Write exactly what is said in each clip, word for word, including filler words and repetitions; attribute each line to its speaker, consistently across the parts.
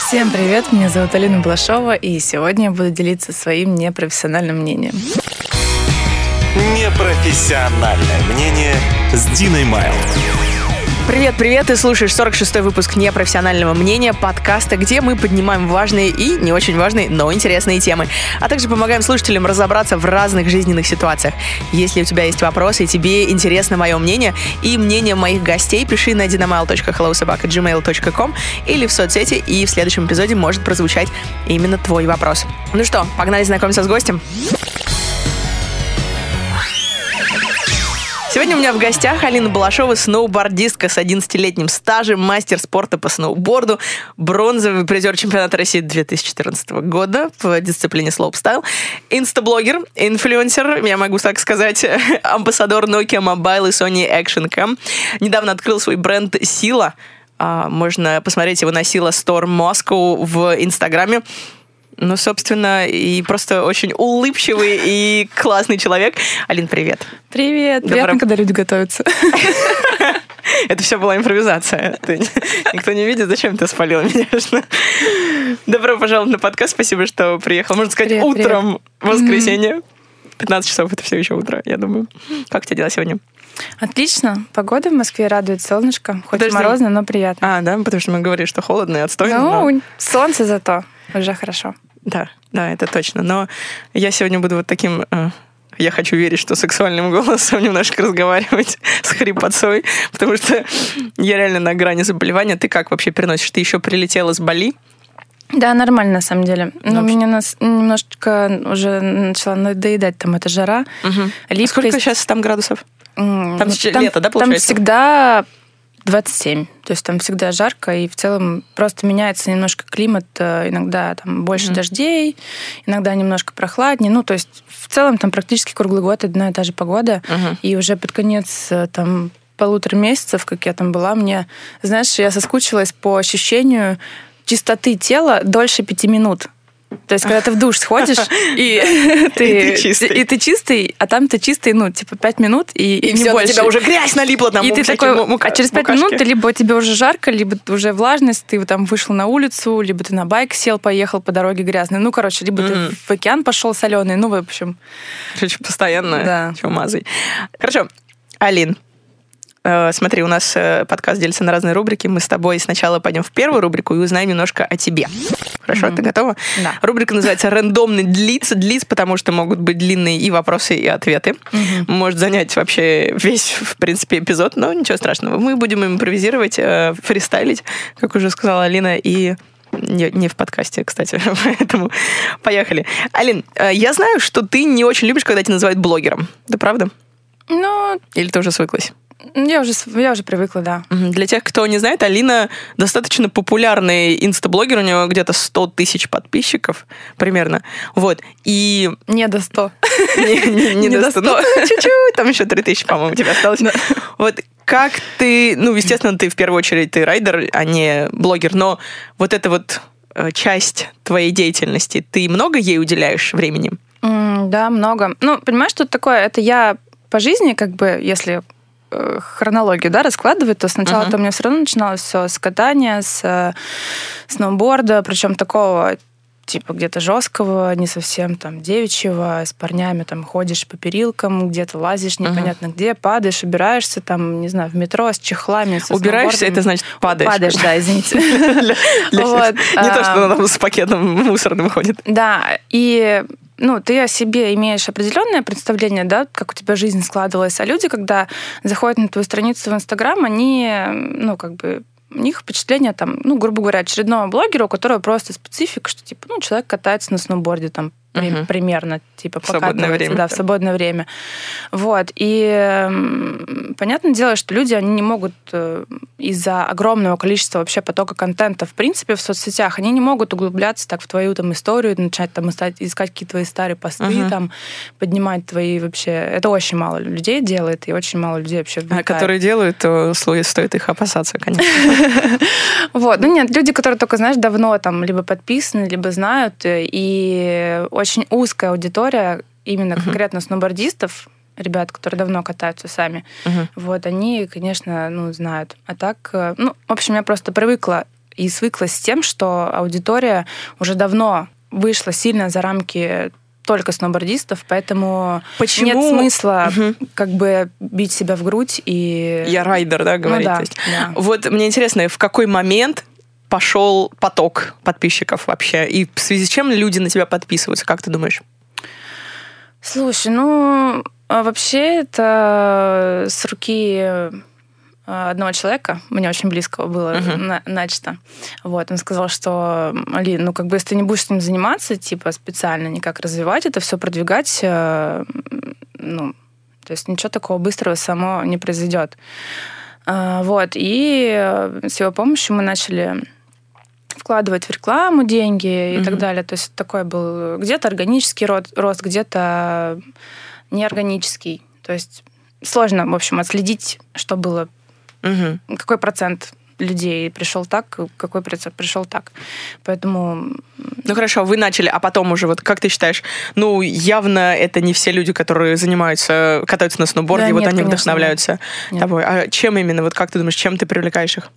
Speaker 1: Всем привет, меня зовут Алина Блашова, и сегодня я буду делиться своим непрофессиональным мнением.
Speaker 2: Непрофессиональное мнение с Диной Майл.
Speaker 3: Привет-привет, ты слушаешь сорок шестой выпуск непрофессионального мнения, подкаста, где мы поднимаем важные и не очень важные, но интересные темы, а также помогаем слушателям разобраться в разных жизненных ситуациях. Если у тебя есть вопросы и тебе интересно мое мнение и мнение моих гостей, пиши на dinamail точка hello собака gmail точка com или в соцсети, и в следующем эпизоде может прозвучать именно твой вопрос. Ну что, погнали знакомиться с гостем? Сегодня у меня в гостях Алина Балашова, сноубордистка с одиннадцатилетним стажем, мастер спорта по сноуборду, бронзовый призер чемпионата России две тысячи четырнадцатого года в дисциплине слоупстайл, инстаблогер, инфлюенсер, я могу так сказать, амбассадор Nokia Mobile и Sony Action Cam. Недавно открыл свой бренд «Сила». Можно посмотреть его на Сила Store Moscow в Инстаграме. Ну, собственно, и просто очень улыбчивый и классный человек. Алин, привет.
Speaker 1: Привет. Добро... Приятно, когда люди готовятся.
Speaker 3: Это все была импровизация. Никто не видит, зачем ты спалила меня. Добро пожаловать на подкаст. Спасибо, что приехал. Можно сказать, привет, утром привет. Воскресенье. пятнадцать часов — это все еще утро, я думаю. Как у тебя дела сегодня?
Speaker 1: Отлично. Погода в Москве радует, солнышко. Хоть Подожди. морозно, но приятно.
Speaker 3: А, да? Потому что мы говорили, что холодно и отстойно.
Speaker 1: Ну,
Speaker 3: но...
Speaker 1: солнце зато. Уже хорошо.
Speaker 3: Да, да, это точно. Но я сегодня буду вот таким... Э, я хочу верить, что сексуальным голосом немножко разговаривать с хрипотцой, потому что я реально на грани заболевания. Ты как вообще переносишь? Ты еще прилетела с Бали?
Speaker 1: Да, нормально, на самом деле. Но ну, меня нас немножечко уже начала надоедать там эта жара.
Speaker 3: Угу. А сколько сейчас там градусов? Там,
Speaker 1: ну, там лето, да, получается? Там всегда двадцать семь. То есть там всегда жарко, и в целом просто меняется немножко климат. Иногда там больше mm-hmm. дождей, иногда немножко прохладнее. Ну, то есть в целом там практически круглый год одна и та же погода. Mm-hmm. И уже под конец там полутора месяцев, как я там была, мне, знаешь, я соскучилась по ощущению чистоты тела дольше пяти минут. То есть, когда ты в душ сходишь, и ты чистый, а там ты чистый, ну, типа, пять минут, и не больше.
Speaker 3: И у тебя уже грязь налипла там.
Speaker 1: И ты такой, а через пять минут либо тебе уже жарко, либо уже влажность, ты там вышел на улицу, либо ты на байк сел, поехал по дороге грязный. Ну, короче, либо ты в океан пошел соленый, ну, в общем.
Speaker 3: Короче, постоянно чумазый. Хорошо, Алин. Смотри, у нас подкаст делится на разные рубрики. Мы с тобой сначала пойдем в первую рубрику и узнаем немножко о тебе. Хорошо, mm-hmm. ты готова?
Speaker 1: Да.
Speaker 3: Рубрика называется «Рандомный длиц». Длиц, потому что могут быть длинные и вопросы, и ответы. Mm-hmm. Может занять вообще весь, в принципе, эпизод, но ничего страшного. Мы будем импровизировать, фристайлить, как уже сказала Алина, и не, не в подкасте, кстати. Поэтому поехали. Алин, я знаю, что ты не очень любишь, когда тебя называют блогером. Да правда?
Speaker 1: Ну...
Speaker 3: Или ты уже свыклась?
Speaker 1: Я уже, я уже привыкла, да.
Speaker 3: Для тех, кто не знает, Алина достаточно популярный инстаблогер, у него где-то сто тысяч подписчиков примерно. Вот. И...
Speaker 1: Не до ста.
Speaker 3: Не до ста. Ну, чуть-чуть, там еще три тысячи, по-моему, у тебя осталось. Вот как ты... Ну, естественно, ты в первую очередь ты райдер, а не блогер, но вот эта вот часть твоей деятельности, ты много ей уделяешь времени?
Speaker 1: Да, много. Ну, понимаешь, что это такое? Это я по жизни, как бы, если... хронологию, да, раскладывать, то сначала-то uh-huh. у меня все равно начиналось все с катания, с сноуборда, причем такого типа где-то жесткого, не совсем там девичьего, с парнями там ходишь по перилкам, где-то лазишь непонятно uh-huh. где, падаешь, убираешься там, не знаю, в метро с чехлами, со
Speaker 3: убираешься, это значит падаешь.
Speaker 1: Падаешь, да, извините.
Speaker 3: Не то, что она с пакетом мусорным ходит.
Speaker 1: Да, и ну, ты о себе имеешь определенное представление, да, как у тебя жизнь складывалась, а люди, когда заходят на твою страницу в Инстаграм, они, ну, как бы, у них впечатление, там, ну, грубо говоря, очередного блогера, у которого просто специфика, что, типа, ну, человек катается на сноуборде, там, Uh-huh. примерно, типа, покатывается, да, в свободное время. Вот. И понятное дело, что люди, они не могут из-за огромного количества вообще потока контента, в принципе, в соцсетях, они не могут углубляться так в твою там историю, начать там искать, искать какие-то твои старые посты, uh-huh. там, поднимать твои вообще... Это очень мало людей делает, и очень мало людей вообще вникает.
Speaker 3: А которые делают, то стоит их опасаться, конечно.
Speaker 1: Вот. Ну нет, люди, которые только, знаешь, давно там либо подписаны, либо знают, и очень узкая аудитория именно uh-huh. конкретно сноубордистов, ребят, которые давно катаются сами, uh-huh. вот, они, конечно, ну, знают. А так, ну, в общем, я просто привыкла и свыклась с тем, что аудитория уже давно вышла сильно за рамки только сноубордистов, поэтому
Speaker 3: Почему?
Speaker 1: нет смысла
Speaker 3: Угу.
Speaker 1: как бы бить себя в грудь и...
Speaker 3: Я райдер, да, говорить?
Speaker 1: Ну, да,
Speaker 3: то есть.
Speaker 1: да.
Speaker 3: Вот мне интересно, в какой момент пошел поток подписчиков вообще? И в связи с чем люди на тебя подписываются? Как ты думаешь?
Speaker 1: Слушай, ну, вообще это с руки одного человека, мне очень близкого было
Speaker 3: Uh-huh.
Speaker 1: на, начато. Вот, он сказал, что, Алин, ну, как бы, если ты не будешь этим заниматься, типа, специально никак развивать это, все продвигать, э, ну, то есть ничего такого быстрого само не произойдет. Э, вот, и с его помощью мы начали вкладывать в рекламу деньги и uh-huh. так далее. То есть такой был где-то органический рост, где-то неорганический. То есть сложно, в общем, отследить, что было. Угу. Какой процент людей пришел так, какой процент пришел так. Поэтому...
Speaker 3: Ну хорошо, вы начали, а потом уже, вот как ты считаешь, ну явно это не все люди, которые занимаются, катаются на сноуборде, да, вот нет, они конечно, вдохновляются нет. тобой. А чем именно, вот как ты думаешь, чем ты привлекаешь их?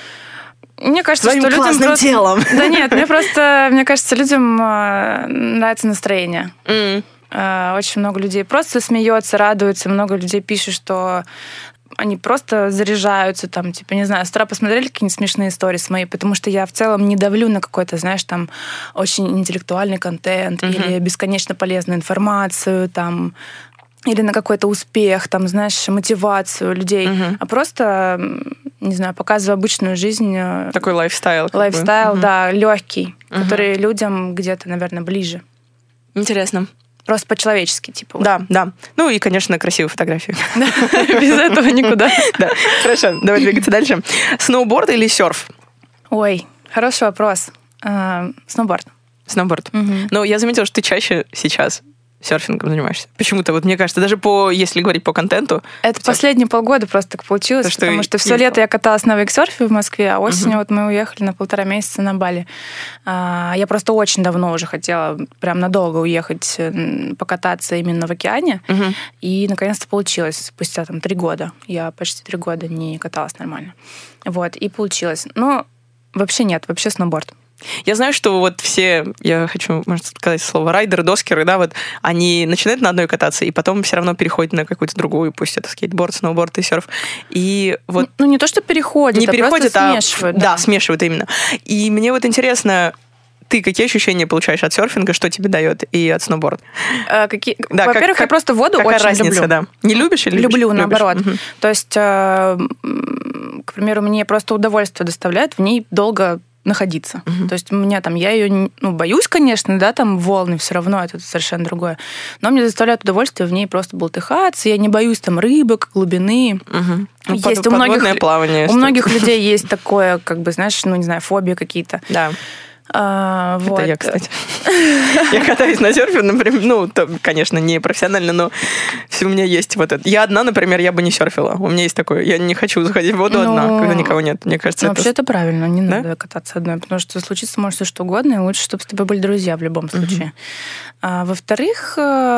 Speaker 1: Мне кажется,
Speaker 3: Своим
Speaker 1: что людям
Speaker 3: классным
Speaker 1: просто...
Speaker 3: телом.
Speaker 1: Да нет, мне просто, мне кажется, людям нравится настроение.
Speaker 3: Mm.
Speaker 1: Очень много людей просто смеется, радуется, много людей пишет, что они просто заряжаются, там, типа, не знаю, с утра посмотрели какие-нибудь смешные истории мои, потому что я в целом не давлю на какой-то, знаешь, там, очень интеллектуальный контент uh-huh. или бесконечно полезную информацию, там, или на какой-то успех, там, знаешь, мотивацию людей, uh-huh. а просто, не знаю, показываю обычную жизнь.
Speaker 3: Такой лайфстайл.
Speaker 1: Лайфстайл, uh-huh. да, легкий, uh-huh. который людям где-то, наверное, ближе.
Speaker 3: Интересно.
Speaker 1: Просто по-человечески, типа.
Speaker 3: Да, вот. да. Ну и, конечно, красивые фотографии.
Speaker 1: Без этого никуда.
Speaker 3: Да. Хорошо, давай двигаться дальше. Сноуборд или серф?
Speaker 1: Ой, хороший вопрос. Сноуборд.
Speaker 3: Сноуборд. Но я заметила, что ты чаще сейчас серфингом занимаешься. Почему-то, вот мне кажется, даже по, если говорить по контенту...
Speaker 1: Это серф... последние полгода просто так получилось, то, потому что все лето я каталась на вейксерфе в Москве, а осенью uh-huh. вот мы уехали на полтора месяца на Бали. А, я просто очень давно уже хотела прям надолго уехать покататься именно в океане, uh-huh. и наконец-то получилось. Спустя там три года. Я почти три года не каталась нормально. Вот, и получилось. Но вообще нет, вообще сноуборд.
Speaker 3: Я знаю, что вот все, я хочу, можно сказать слово, райдеры, доскеры, да, вот они начинают на одной кататься, и потом все равно переходят на какую-то другую, пусть это скейтборд, сноуборд и серф. И вот...
Speaker 1: Ну, не то, что переходят,
Speaker 3: не
Speaker 1: а
Speaker 3: переходят,
Speaker 1: просто смешивают.
Speaker 3: А, да. да, смешивают именно. И мне вот интересно, ты какие ощущения получаешь от серфинга, что тебе дает, и от сноуборда?
Speaker 1: А, какие... Да, Во-первых, как, я просто воду
Speaker 3: какая
Speaker 1: очень
Speaker 3: разница,
Speaker 1: люблю.
Speaker 3: Да. Не любишь или любишь?
Speaker 1: Люблю,
Speaker 3: любишь?
Speaker 1: наоборот.
Speaker 3: Угу.
Speaker 1: То есть, э, к примеру, мне просто удовольствие доставляет в ней долго находиться. Uh-huh. То есть у меня там, я ее, ну, боюсь, конечно, да, там волны, все равно это совершенно другое. Но мне доставляет удовольствие в ней просто болтыхаться, я не боюсь там рыбок, глубины.
Speaker 3: Uh-huh. Ну,
Speaker 1: есть
Speaker 3: под,
Speaker 1: у многих,
Speaker 3: плавание,
Speaker 1: у многих людей есть такое, как бы, знаешь, ну, не знаю, фобии какие-то.
Speaker 3: Да.
Speaker 1: А,
Speaker 3: это
Speaker 1: вот.
Speaker 3: я, кстати. Я катаюсь на серфе, например, ну, то, конечно, не профессионально, но все у меня есть вот это. Я одна, например, я бы не серфила. У меня есть такое, я не хочу заходить в воду ну, одна, когда никого нет. Мне кажется,
Speaker 1: ну,
Speaker 3: это...
Speaker 1: Вообще это правильно, не
Speaker 3: да?
Speaker 1: надо кататься одной, потому что случиться может все что угодно, и лучше, чтобы с тобой были друзья в любом случае. Uh-huh. А, во-вторых,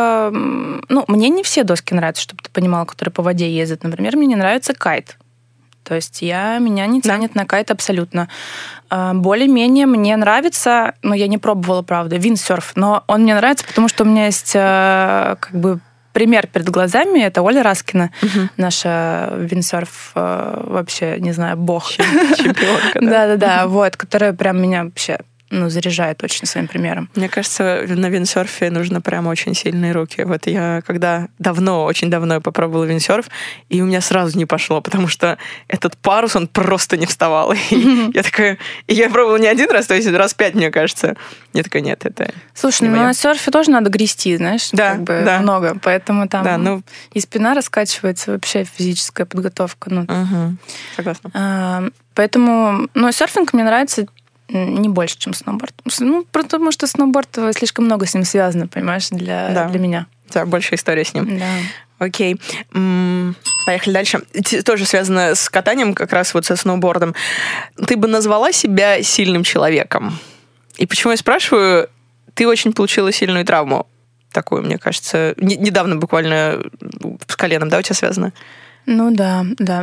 Speaker 1: ну, мне не все доски нравятся, чтобы ты понимала, которые по воде ездят. Например, мне не нравится кайт. То есть я, меня не тянет да. на кайт абсолютно. Более-менее мне нравится, но я не пробовала, правда, виндсерф, но он мне нравится, потому что у меня есть как бы пример перед глазами, это Оля Раскина, угу. наша виндсерф вообще, не знаю, бог.
Speaker 3: Чемпионка, да?
Speaker 1: Да-да-да, вот, которая прям меня вообще... ну, заряжает очень своим примером.
Speaker 3: Мне кажется, на виндсерфе нужно прям очень сильные руки. Вот я когда давно, очень давно попробовала виндсерф, и у меня сразу не пошло, потому что этот парус, он просто не вставал. И я такая... И я пробовала не один раз, то есть раз пять, мне кажется. Я такая, нет, это...
Speaker 1: Слушай, ну на серфе тоже надо грести, знаешь,
Speaker 3: да,
Speaker 1: как бы
Speaker 3: да.
Speaker 1: много, поэтому там
Speaker 3: да, ну...
Speaker 1: и спина раскачивается, вообще физическая подготовка. Ну.
Speaker 3: Угу. Согласна.
Speaker 1: А, поэтому... Ну, серфинг мне нравится не больше, чем сноуборд. Ну, потому что сноуборд слишком много с ним связано, понимаешь, для,
Speaker 3: да.
Speaker 1: для меня.
Speaker 3: Да, большая история с ним.
Speaker 1: Да.
Speaker 3: Окей. М-м, поехали дальше. Тоже связано с катанием, как раз вот со сноубордом. Ты бы назвала себя сильным человеком? И почему я спрашиваю? Ты очень получила сильную травму. Такую, мне кажется. Н- недавно буквально с коленом, да, у тебя связано?
Speaker 1: Ну да, да. Ну,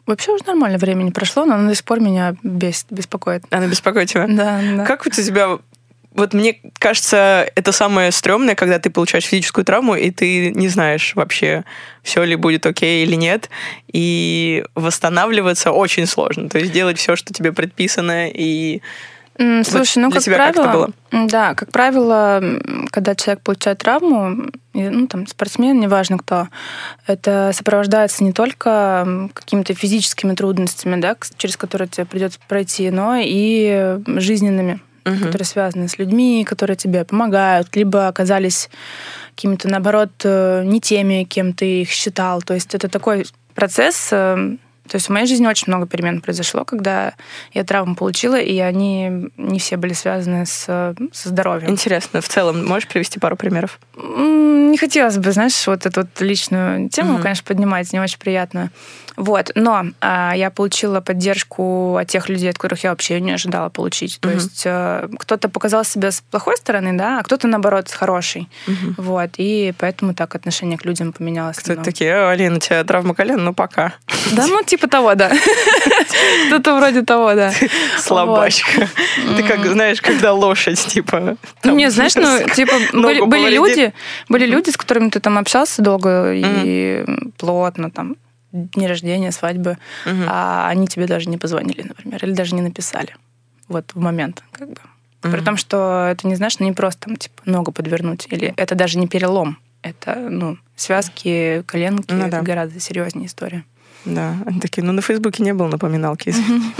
Speaker 1: Вообще уже нормально времени прошло, но оно до сих пор меня бесит, беспокоит.
Speaker 3: Она беспокоит тебя?
Speaker 1: Да, да.
Speaker 3: Как у тебя... Вот мне кажется, это самое стрёмное, когда ты получаешь физическую травму, и ты не знаешь вообще, все ли будет окей или нет. И восстанавливаться очень сложно. То есть делать все, что тебе предписано, и...
Speaker 1: Слушай, ну,
Speaker 3: для
Speaker 1: как
Speaker 3: тебя
Speaker 1: правило,
Speaker 3: как это было?
Speaker 1: Да, как правило, когда человек получает травму, ну, там, спортсмен, неважно кто, это сопровождается не только какими-то физическими трудностями, да, через которые тебе придется пройти, но и жизненными, угу. которые связаны с людьми, которые тебе помогают, либо оказались какими-то, наоборот, не теми, кем ты их считал. То есть это такой процесс... То есть в моей жизни очень много перемен произошло, когда я травму получила, и они не все были связаны с, со здоровьем.
Speaker 3: Интересно. В целом, можешь привести пару примеров?
Speaker 1: Не хотелось бы, знаешь, вот эту вот личную тему, mm-hmm. конечно, поднимать, не очень приятную. Вот. Но а, я получила поддержку от тех людей, от которых я вообще не ожидала получить. То mm-hmm. есть а, кто-то показал себя с плохой стороны, да, а кто-то, наоборот, с хорошей. Mm-hmm. Вот. И поэтому так отношение к людям поменялось.
Speaker 3: Кто-то такие: Алина, у тебя травма колена, ну пока.
Speaker 1: Да, ну типа того, да. Кто-то вроде того, да.
Speaker 3: Слабачка. Ты как, знаешь, когда лошадь, типа...
Speaker 1: Не, знаешь, ну, типа, были люди, были люди, с которыми ты там общался долго и плотно, там, дни рождения, свадьбы, а они тебе даже не позвонили, например, или даже не написали. Вот в момент, как бы. При том, что это, не знаешь, ну, не просто там, типа, ногу подвернуть, или это даже не перелом, это, ну, связки, коленки, это гораздо серьезнее история.
Speaker 3: Да, они такие, ну, на Фейсбуке не было напоминалки.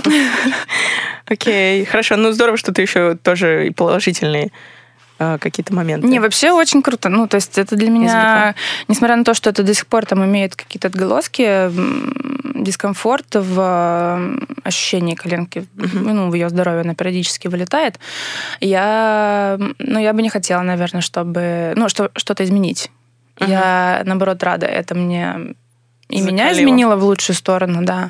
Speaker 3: Окей, хорошо. Ну, здорово, что ты еще тоже и положительные какие-то моменты.
Speaker 1: Не, вообще очень круто. Ну, то есть это для меня, несмотря на то, что это до сих пор там имеет какие-то отголоски, дискомфорт в ощущении коленки, ну, в ее здоровье, она периодически вылетает, я, ну, я бы не хотела, наверное, чтобы, ну, что, что-то изменить. Я, наоборот, рада. Это мне... И Закалила. Меня изменило в лучшую сторону, да.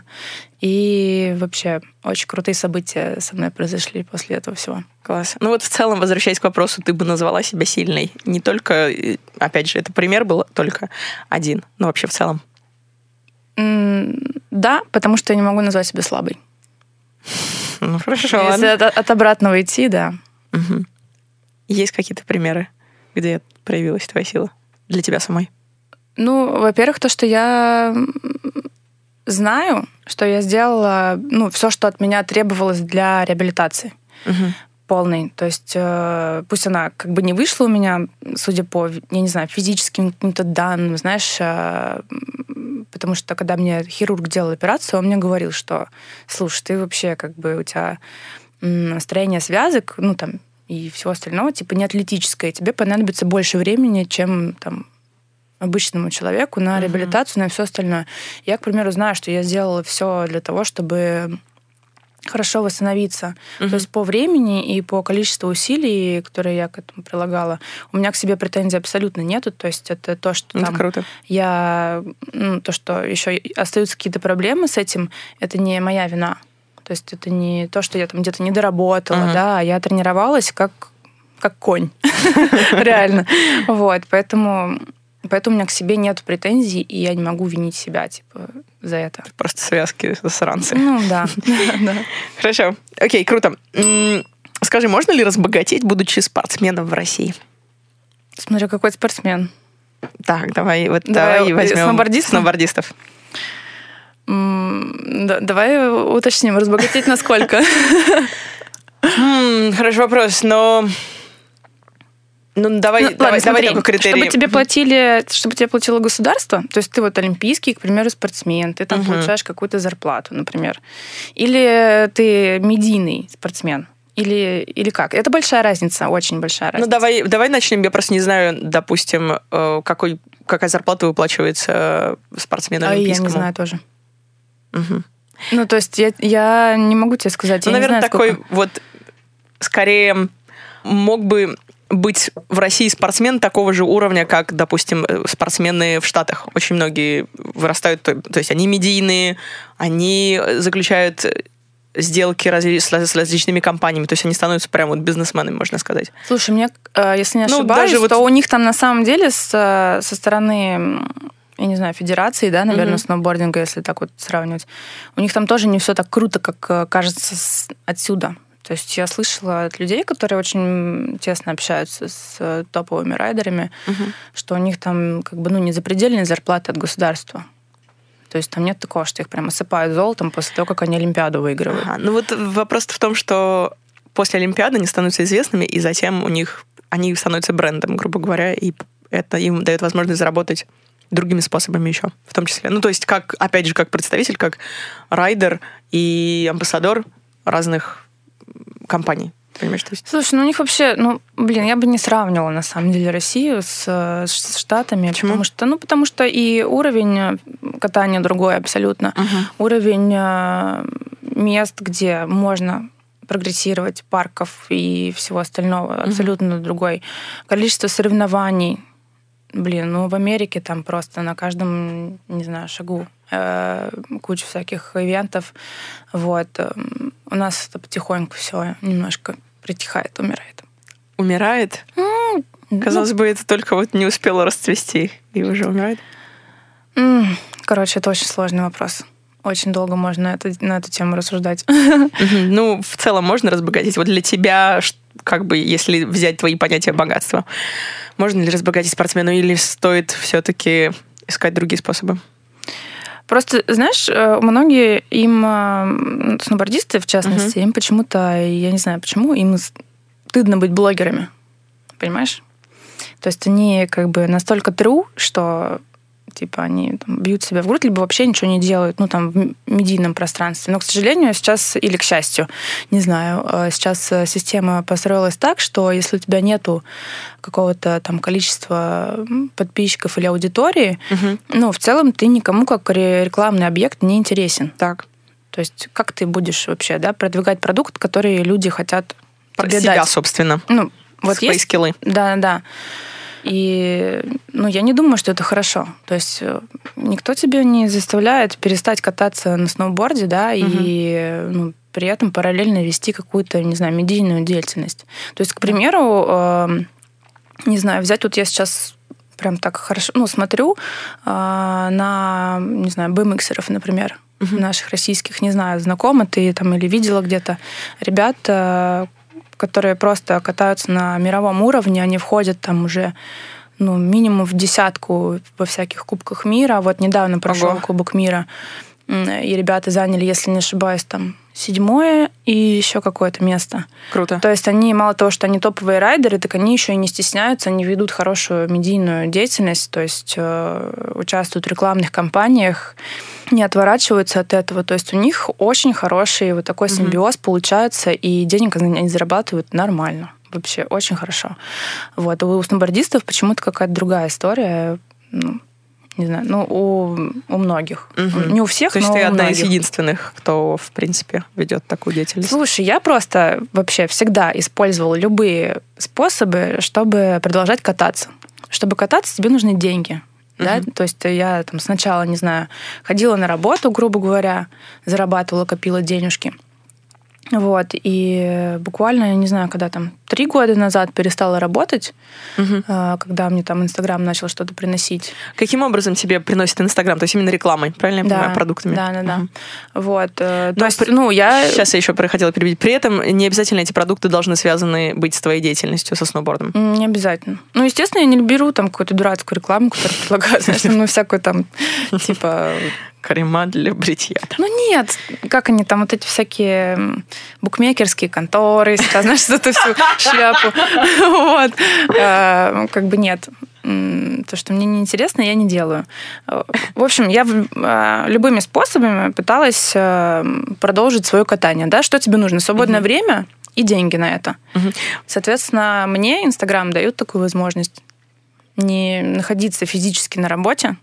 Speaker 1: И вообще очень крутые события со мной произошли после этого всего.
Speaker 3: Класс. Ну вот в целом, возвращаясь к вопросу, ты бы назвала себя сильной. Не только, опять же, это пример был только один, но вообще в целом.
Speaker 1: Mm, да, потому что я не могу назвать себя слабой.
Speaker 3: Ну хорошо,
Speaker 1: Если
Speaker 3: ладно.
Speaker 1: От, от обратного идти, да.
Speaker 3: Угу. Есть какие-то примеры, где проявилась твоя сила для тебя самой?
Speaker 1: Ну, во-первых, то, что я знаю, что я сделала, ну, все, что от меня требовалось для реабилитации угу. полной. То есть э, пусть она как бы не вышла у меня, судя по, я не знаю, физическим каким-то данным, знаешь, э, потому что когда мне хирург делал операцию, он мне говорил, что, слушай, ты вообще как бы у тебя строение связок, ну, там, и всего остального, типа, не атлетическое, тебе понадобится больше времени, чем, там, обычному человеку на реабилитацию, uh-huh. на все остальное. Я, к примеру, знаю, что я сделала все для того, чтобы хорошо восстановиться. Uh-huh. То есть по времени и по количеству усилий, которые я к этому прилагала, у меня к себе претензий абсолютно нету. То есть это то, что
Speaker 3: это
Speaker 1: там
Speaker 3: круто.
Speaker 1: Я... Ну, то, что еще остаются какие-то проблемы с этим, это не моя вина. То есть это не то, что я там где-то не доработала, uh-huh. да, а я тренировалась как, как конь. Реально. Вот, поэтому... Поэтому у меня к себе нет претензий, и я не могу винить себя, типа, за это.
Speaker 3: Просто связки засранцы.
Speaker 1: Ну, да.
Speaker 3: Хорошо. Окей, круто. Скажи, можно ли разбогатеть, будучи спортсменом в России?
Speaker 1: Смотря какой спортсмен.
Speaker 3: Так, давай, вот давай возьмем сноубордистов.
Speaker 1: Давай уточним, разбогатеть на сколько?
Speaker 3: Хороший вопрос, но... Ну, давай,
Speaker 1: ну,
Speaker 3: давай,
Speaker 1: ладно, смотри,
Speaker 3: давай такой критерий.
Speaker 1: Чтобы тебе платили, чтобы тебе платило государство, то есть ты вот олимпийский, к примеру, спортсмен, ты там uh-huh. получаешь какую-то зарплату, например. Или ты медийный спортсмен. Или, или как? Это большая разница, очень большая разница.
Speaker 3: Ну, давай, давай начнем. Я просто не знаю, допустим, какой, какая зарплата выплачивается спортсмену олимпийскому.
Speaker 1: А я не знаю тоже.
Speaker 3: Uh-huh.
Speaker 1: Ну, то есть я, я не могу тебе сказать.
Speaker 3: Ну,
Speaker 1: я
Speaker 3: наверное,
Speaker 1: не знаю,
Speaker 3: такой
Speaker 1: сколько.
Speaker 3: вот скорее мог бы быть в России спортсмен такого же уровня, как, допустим, спортсмены в Штатах. Очень многие вырастают, то, то есть они медийные, они заключают сделки разли- с, с различными компаниями, то есть они становятся прям вот бизнесменами, можно сказать.
Speaker 1: Слушай, мне, если не ошибаюсь,
Speaker 3: ну, даже
Speaker 1: то
Speaker 3: вот...
Speaker 1: у них там на самом деле с, со стороны я не знаю, федерации, да, наверное, mm-hmm. сноубординга, если так вот сравнивать. У них там тоже не все так круто, как кажется с... отсюда. То есть я слышала от людей, которые очень тесно общаются с топовыми райдерами, uh-huh. что у них там как бы ну, не запредельные зарплаты от государства. То есть там нет такого, что их прям осыпают золотом после того, как они Олимпиаду выигрывают.
Speaker 3: Ага. Ну вот вопрос в том, что после Олимпиады они становятся известными, и затем у них они становятся брендом, грубо говоря, и это им дает возможность заработать другими способами еще, в том числе. Ну то есть как, опять же, как представитель, как райдер и амбассадор разных компаний. Понимаешь, то есть?
Speaker 1: Слушай, ну у них вообще, ну, блин, я бы не сравнивала, на самом деле, Россию с, с Штатами.
Speaker 3: Почему?
Speaker 1: Потому что, ну, потому что и уровень катания другой абсолютно.
Speaker 3: Uh-huh.
Speaker 1: Уровень мест, где можно прогрессировать, парков и всего остального uh-huh. абсолютно другой. Количество соревнований. Блин, ну в Америке там просто на каждом, не знаю, шагу э, куча всяких ивентов. Вот. У нас это потихоньку все немножко притихает, умирает.
Speaker 3: Умирает?
Speaker 1: Mm,
Speaker 3: Казалось
Speaker 1: ну,
Speaker 3: бы, это только вот не успело расцвести и уже умирает?
Speaker 1: Короче, это очень сложный вопрос. Очень долго можно это, на эту тему рассуждать.
Speaker 3: Ну, в целом можно разбогатеть. Вот для тебя, как бы, если взять твои понятия богатства, можно ли разбогатеть спортсмену или стоит все-таки искать другие способы?
Speaker 1: Просто, знаешь, многие им, сноубордисты, в частности, uh-huh. им почему-то, я не знаю почему, им стыдно быть блогерами. Понимаешь? То есть они как бы настолько true, что типа они там, бьют себя в грудь, либо вообще ничего не делают, ну, там, в медийном пространстве. Но, к сожалению, сейчас, или к счастью, не знаю, сейчас система построилась так, что если у тебя нету какого-то там количества подписчиков или аудитории, угу. ну, в целом ты никому как рекламный объект не интересен.
Speaker 3: Так.
Speaker 1: То есть как ты будешь вообще, да, продвигать продукт, который люди хотят
Speaker 3: про
Speaker 1: себе
Speaker 3: себя,
Speaker 1: дать?
Speaker 3: Собственно.
Speaker 1: Ну, вот
Speaker 3: свои
Speaker 1: есть
Speaker 3: скиллы.
Speaker 1: Да, да. И ну, я не думаю, что это хорошо. То есть никто тебя не заставляет перестать кататься на сноуборде, да, угу. и ну, при этом параллельно вести какую-то, не знаю, медийную деятельность. То есть, к примеру, э, не знаю, взять вот я сейчас прям так хорошо, ну, смотрю э, на, не знаю, би эм иксеров, например, угу. наших российских, не знаю, знакома ты там или видела где-то ребят, э, которые просто катаются на мировом уровне, они входят там уже ну, минимум в десятку во всяких кубках мира. Вот недавно прошел Ого. Кубок мира, и ребята заняли, если не ошибаюсь, там седьмое и еще какое-то место.
Speaker 3: Круто.
Speaker 1: То есть они, мало того, что они топовые райдеры, так они еще и не стесняются, они ведут хорошую медийную деятельность, то есть э, участвуют в рекламных кампаниях, не отворачиваются от этого. То есть у них очень хороший вот такой симбиоз mm-hmm. получается, и денег они зарабатывают нормально. Вообще очень хорошо. Вот. А у сноубордистов почему-то какая-то другая история. Ну, не знаю, ну, у, у многих. Угу. Не у всех,
Speaker 3: То
Speaker 1: но у многих.
Speaker 3: То есть ты одна из единственных, кто, в принципе, ведет такую деятельность?
Speaker 1: Слушай, я просто вообще всегда использовала любые способы, чтобы продолжать кататься. Чтобы кататься, тебе нужны деньги. Uh-huh. Да? То есть я там сначала, не знаю, ходила на работу, грубо говоря, зарабатывала, копила денежки. Вот. И буквально, я не знаю, когда там три года назад перестала работать, uh-huh. когда мне там Инстаграм начал что-то приносить.
Speaker 3: Каким образом тебе приносит Инстаграм? То есть именно рекламой, правильно я
Speaker 1: да,
Speaker 3: понимаю, продуктами?
Speaker 1: Да, да, да.
Speaker 3: Uh-huh.
Speaker 1: Вот. То
Speaker 3: Но
Speaker 1: есть,
Speaker 3: при...
Speaker 1: ну, я...
Speaker 3: Сейчас я еще хотела перебить. При этом не обязательно эти продукты должны связаны быть с твоей деятельностью, со сноубордом?
Speaker 1: Не обязательно. Ну, естественно, я не беру там какую-то дурацкую рекламу, которую предлагают, знаешь, ну, всякую там, типа...
Speaker 3: Крема для бритья.
Speaker 1: Ну нет, как они там, вот эти всякие букмекерские конторы, знаешь, эту всю шляпу. Вот. Как бы нет. То, что мне неинтересно, я не делаю. В общем, я любыми способами пыталась продолжить свое катание. Да? Что тебе нужно? Свободное uh-huh. время и деньги на это. Uh-huh. Соответственно, мне Инстаграм дает такую возможность не находиться физически на работе,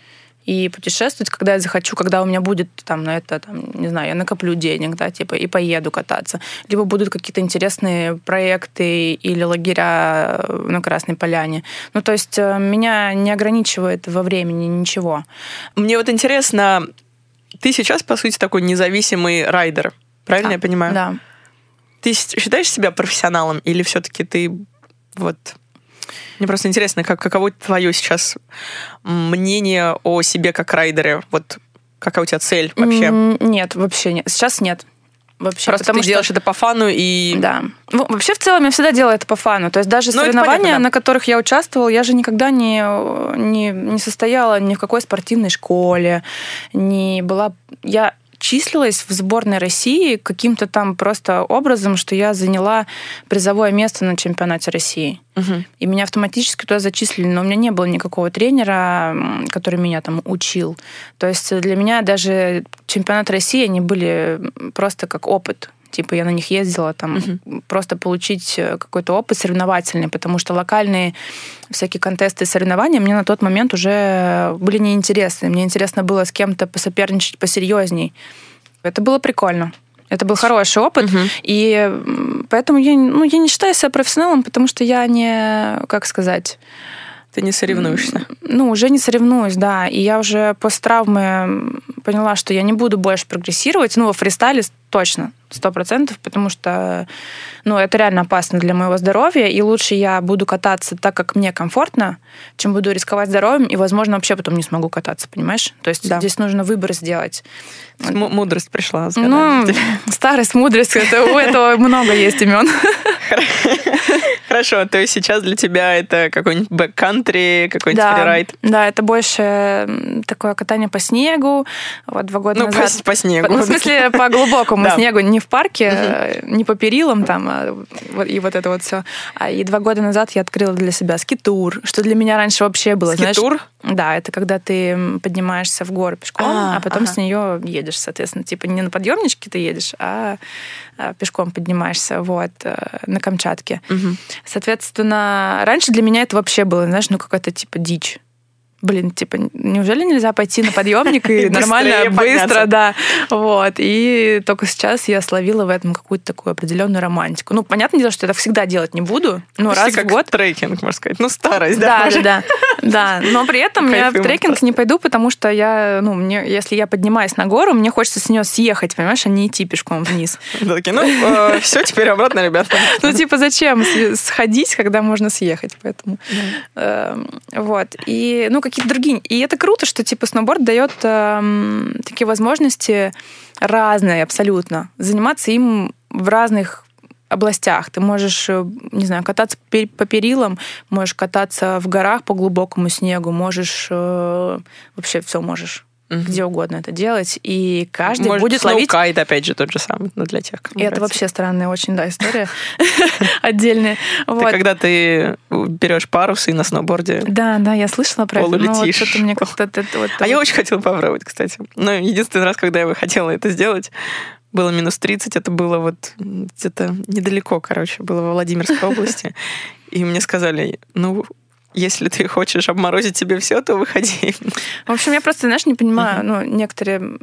Speaker 1: и путешествовать, когда я захочу, когда у меня будет там на это, там, не знаю, я накоплю денег, да, типа, и поеду кататься. Либо будут какие-то интересные проекты или лагеря на Красной Поляне. Ну, то есть меня не ограничивает во времени ничего.
Speaker 3: Мне вот интересно, ты сейчас, по сути, такой независимый райдер, правильно
Speaker 1: а,
Speaker 3: я понимаю?
Speaker 1: Да.
Speaker 3: Ты считаешь себя профессионалом или все-таки ты вот... Мне просто интересно, как, каково твое сейчас мнение о себе как райдере? Вот какая у тебя цель вообще?
Speaker 1: Нет, вообще нет. Сейчас нет. Вообще,
Speaker 3: Просто ты что... делаешь это по фану и...
Speaker 1: Да. Ну, вообще, в целом, я всегда делала это по фану. То есть даже ну, соревнования, понятно, да. на которых я участвовала, я же никогда не, не, не состояла ни в какой спортивной школе, не была... Я числилась в сборной России каким-то там просто образом, что я заняла призовое место на чемпионате России. Угу. И меня автоматически туда зачислили, но у меня не было никакого тренера, который меня там учил. То есть для меня даже чемпионат России, они были просто как опыт. Типа я на них ездила, там, uh-huh. просто получить какой-то опыт соревновательный, потому что локальные всякие контесты и соревнования мне на тот момент уже были неинтересны. Мне интересно было с кем-то посоперничать посерьезней. Это было прикольно. Это был хороший опыт. Uh-huh. И поэтому я, ну, я не считаю себя профессионалом, потому что я не, как сказать...
Speaker 3: Ты не соревнуешься?
Speaker 1: Ну, уже не соревнуюсь, да. И я уже после травмы поняла, что я не буду больше прогрессировать. Ну, во фристайле точно, сто процентов, потому что, ну, это реально опасно для моего здоровья, и лучше я буду кататься так, как мне комфортно, чем буду рисковать здоровьем, и, возможно, вообще потом не смогу кататься, понимаешь? То есть да. здесь нужно выбор сделать.
Speaker 3: М- мудрость пришла.
Speaker 1: Ну, старость, мудрость, это, у этого много есть имен.
Speaker 3: Хорошо, то есть сейчас для тебя это какой-нибудь бэк-кантри, какой-нибудь
Speaker 1: да,
Speaker 3: фрирайд?
Speaker 1: Да, это больше такое катание по снегу. Вот два года
Speaker 3: ну,
Speaker 1: назад.
Speaker 3: Ну, по, по снегу.
Speaker 1: Ну, в смысле, по глубокому
Speaker 3: да.
Speaker 1: снегу, не в парке, uh-huh. не по перилам там, а, и вот это вот все. А, и два года назад я открыла для себя скитур, что для меня раньше вообще было.
Speaker 3: Скитур?
Speaker 1: Знаешь, да, это когда ты поднимаешься в горы пешком, а, а потом ага. с нее едешь, соответственно. Типа не на подъемничке ты едешь, а пешком поднимаешься, вот, на Камчатке.
Speaker 3: Угу.
Speaker 1: Соответственно, раньше для меня это вообще было, знаешь, ну какая-то типа дичь. Блин, типа, неужели нельзя пойти на подъемник и нормально, быстро, да. Вот. И только сейчас я словила в этом какую-то такую определенную романтику. Ну, понятное дело, что я так всегда делать не буду. Ну, раз в год.
Speaker 3: Трекинг, можно сказать. Ну, старость, да.
Speaker 1: Да, да, да. Да, но при этом я в трекинг не пойду, потому что я, ну, мне, если я поднимаюсь на гору, мне хочется с нее съехать, понимаешь, а не идти пешком вниз.
Speaker 3: Такие, ну, все, теперь обратно, ребята.
Speaker 1: Ну, типа, зачем сходить, когда можно съехать, поэтому. Вот. И, ну, какие-то другие. И это круто, что типа сноуборд дает э, такие возможности разные абсолютно. Заниматься им в разных областях. Ты можешь, не знаю, кататься по перилам, можешь кататься в горах по глубокому снегу, можешь э, вообще все можешь. Угу. Где угодно это делать, и каждый
Speaker 3: Может,
Speaker 1: будет ловить...
Speaker 3: Сноукайт, опять же, тот же самый, но для тех, кому
Speaker 1: И это вообще странная очень, да, история отдельная.
Speaker 3: Это когда ты берешь парус и на сноуборде
Speaker 1: Да, да, я слышала про это.
Speaker 3: полулетишь.
Speaker 1: Что-то мне как-то...
Speaker 3: А я очень хотела попробовать, кстати. Но единственный раз, когда я хотела это сделать, было минус тридцать, это было вот где-то недалеко, короче, было во Владимирской области. И мне сказали, ну... Если ты хочешь обморозить себе все, то выходи.
Speaker 1: В общем, я просто, знаешь, не понимаю, uh-huh. ну, некоторые,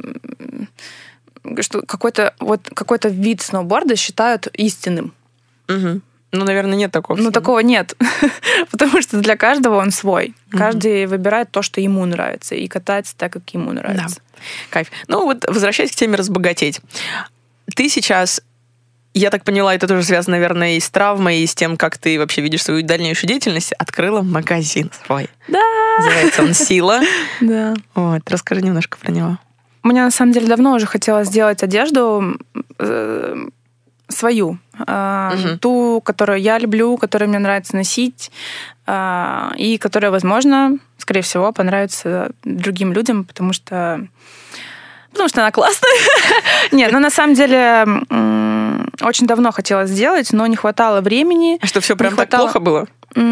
Speaker 1: что какой-то, вот, какой-то вид сноуборда считают истинным.
Speaker 3: Uh-huh. Ну, наверное, нет такого.
Speaker 1: Ну, такого нет. Потому что для каждого он свой. Uh-huh. Каждый выбирает то, что ему нравится, и катается так, как ему нравится.
Speaker 3: Да. Кайф. Ну, вот возвращаясь к теме разбогатеть. Ты сейчас... Я так поняла, это тоже связано, наверное, и с травмой, и с тем, как ты вообще видишь свою дальнейшую деятельность. Открыла магазин свой.
Speaker 1: Да!
Speaker 3: Называется он «Сила».
Speaker 1: Да.
Speaker 3: Вот, расскажи немножко про него.
Speaker 1: Мне, на самом деле, давно уже хотелось сделать одежду э, свою. Э, угу. Ту, которую я люблю, которую мне нравится носить, э, и которая, возможно, скорее всего, понравится другим людям, потому что... Потому что она классная. Нет, ну на самом деле очень давно хотела сделать, но не хватало времени.
Speaker 3: А что, все прям так плохо было?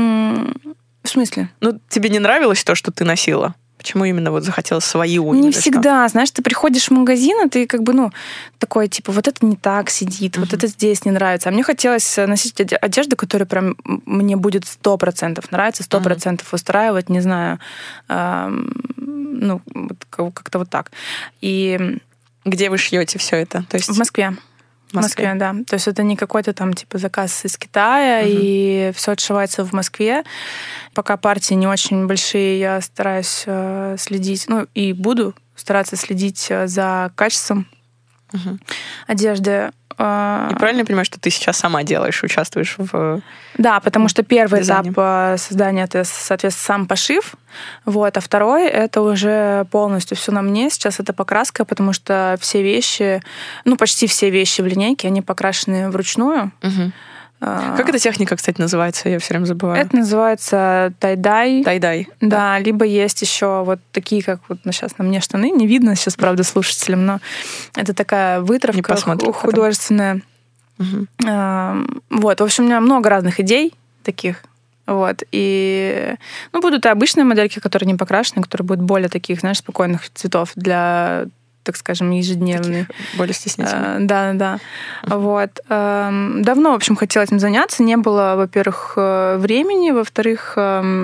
Speaker 1: В смысле?
Speaker 3: Ну, тебе не нравилось то, что ты носила? Почему именно вот захотелось свою?
Speaker 1: Не всегда. Знаешь, ты приходишь в магазин, и ты как бы, ну, такой, типа, вот это не так сидит, uh-huh. вот это здесь не нравится. А мне хотелось носить одежду, которая прям мне будет сто процентов нравиться, сто процентов uh-huh. устраивать, не знаю, эм, ну, как-то вот так. И...
Speaker 3: Где вы шьете все это? То есть...
Speaker 1: В Москве. В Москве. Москве, да. То есть это не какой-то там типа заказ из Китая, uh-huh. и все отшивается в Москве. Пока партии не очень большие, я стараюсь э, следить, ну и буду стараться следить за качеством uh-huh. одежды. Э,
Speaker 3: И правильно я понимаю, что ты сейчас сама делаешь, участвуешь в...
Speaker 1: Да, потому что первый
Speaker 3: дизайне.
Speaker 1: этап создания — это, соответственно, сам пошив, вот, а второй — это уже полностью все на мне. Сейчас это покраска, потому что все вещи, ну, почти все вещи в линейке, они покрашены вручную.
Speaker 3: Угу. Как эта техника, кстати, называется? Я все время забываю.
Speaker 1: Это называется тай-дай.
Speaker 3: Тай-дай.
Speaker 1: Да, либо есть еще вот такие, как вот сейчас на мне штаны, не видно сейчас, правда, слушателям, но это такая вытравка художественная.
Speaker 3: Угу.
Speaker 1: Вот, в общем, у меня много разных идей таких. Вот, и, ну, будут и обычные модельки, которые не покрашены, которые будут более таких, знаешь, спокойных цветов для, так скажем, ежедневных.
Speaker 3: Таких более стеснительных.
Speaker 1: А, да, да. Uh-huh. Вот. Давно, в общем, хотела этим заняться. Не было, во-первых, времени, во-вторых,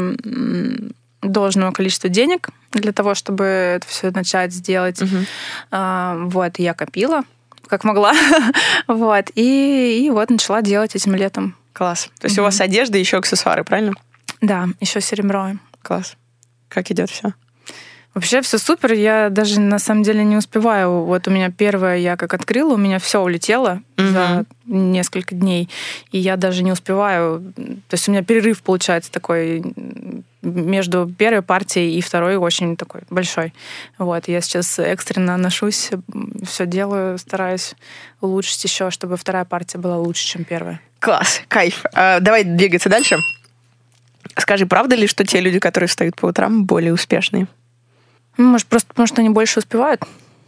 Speaker 1: должного количества денег для того, чтобы это все начать сделать. Uh-huh. Вот, я копила, как могла. Вот. И, и вот начала делать этим летом.
Speaker 3: Класс. То есть uh-huh. у вас одежда и еще аксессуары, правильно?
Speaker 1: Да, еще серебро.
Speaker 3: Класс. Как идет все?
Speaker 1: Вообще все супер, я даже на самом деле не успеваю. Вот у меня первое, я как открыла, у меня все улетело mm-hmm. за несколько дней, и я даже не успеваю. То есть у меня перерыв получается такой между первой партией и второй очень такой большой. Вот, я сейчас экстренно ношусь, все делаю, стараюсь улучшить еще, чтобы вторая партия была лучше, чем первая.
Speaker 3: Класс, кайф. А, давай двигаться дальше. Скажи, правда ли, что те люди, которые встают по утрам, более успешные?
Speaker 1: Может, просто потому что они больше успевают?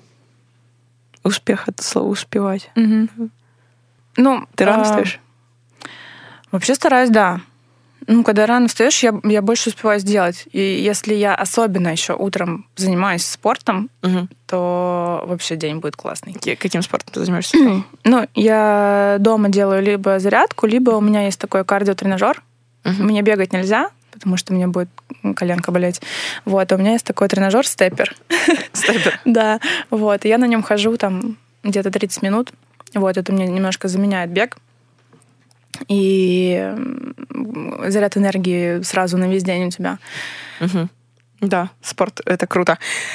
Speaker 3: Успех — это слово «успевать».
Speaker 1: Угу. Ну,
Speaker 3: Ты рано
Speaker 1: а...
Speaker 3: встаешь?
Speaker 1: Вообще стараюсь, да. Ну, когда рано встаешь, я, я больше успеваю сделать. И если я особенно еще утром занимаюсь спортом, угу. то вообще день будет классный.
Speaker 3: Каким спортом ты занимаешься?
Speaker 1: Ну, я дома делаю либо зарядку, либо у меня есть такой кардиотренажер. Угу. Мне бегать нельзя, потому что мне будет коленка болеть. Вот, а у меня есть такой тренажер степпер.
Speaker 3: Степпер?
Speaker 1: Да, вот, и я на нем хожу там где-то тридцать минут. Вот, это мне немножко заменяет бег. И заряд энергии сразу на весь день у тебя.
Speaker 3: Угу. Да, спорт — это круто.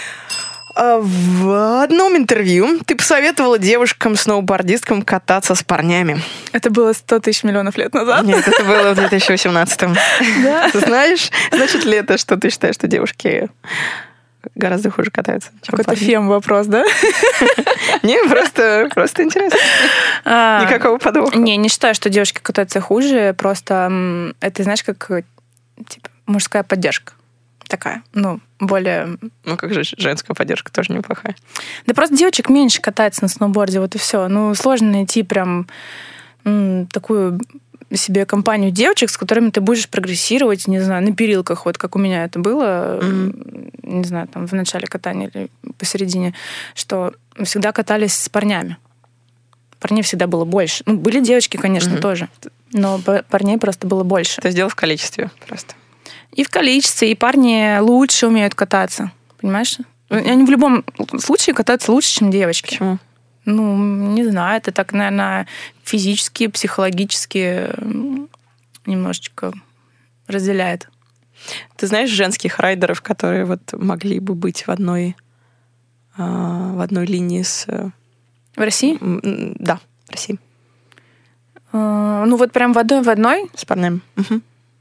Speaker 3: В одном интервью ты посоветовала девушкам-сноубордисткам кататься с парнями.
Speaker 1: Это было сто тысяч миллионов лет назад?
Speaker 3: Нет, это было в две тысячи восемнадцатом.
Speaker 1: Да?
Speaker 3: Знаешь, значит ли это, что ты считаешь, что девушки гораздо хуже катаются?
Speaker 1: Какой-то фем-вопрос, да?
Speaker 3: Не, просто, просто интересно. А, никакого подвоха.
Speaker 1: Не, не считаю, что девушки катаются хуже. Просто это, знаешь, как типа, мужская поддержка. Такая, ну, более...
Speaker 3: Ну, как же женская поддержка тоже неплохая.
Speaker 1: Да просто девочек меньше катается на сноуборде, вот и все. Ну, сложно найти прям м, такую себе компанию девочек, с которыми ты будешь прогрессировать, не знаю, на перилках, вот как у меня это было, mm-hmm. не знаю, там в начале катания или посередине, что всегда катались с парнями. Парней всегда было больше. Ну, были девочки, конечно, mm-hmm. тоже, но парней просто было больше.
Speaker 3: Это сделал в количестве просто.
Speaker 1: И в количестве, и парни лучше умеют кататься, понимаешь? Они в любом случае катаются лучше, чем девочки.
Speaker 3: Почему?
Speaker 1: Ну, не знаю, это так, наверное, физически, психологически немножечко разделяет.
Speaker 3: Ты знаешь женских райдеров, которые вот могли бы быть в одной, в одной линии с...
Speaker 1: В России?
Speaker 3: Да, в России.
Speaker 1: Ну, вот прям в одной в одной?
Speaker 3: С парнями. Угу.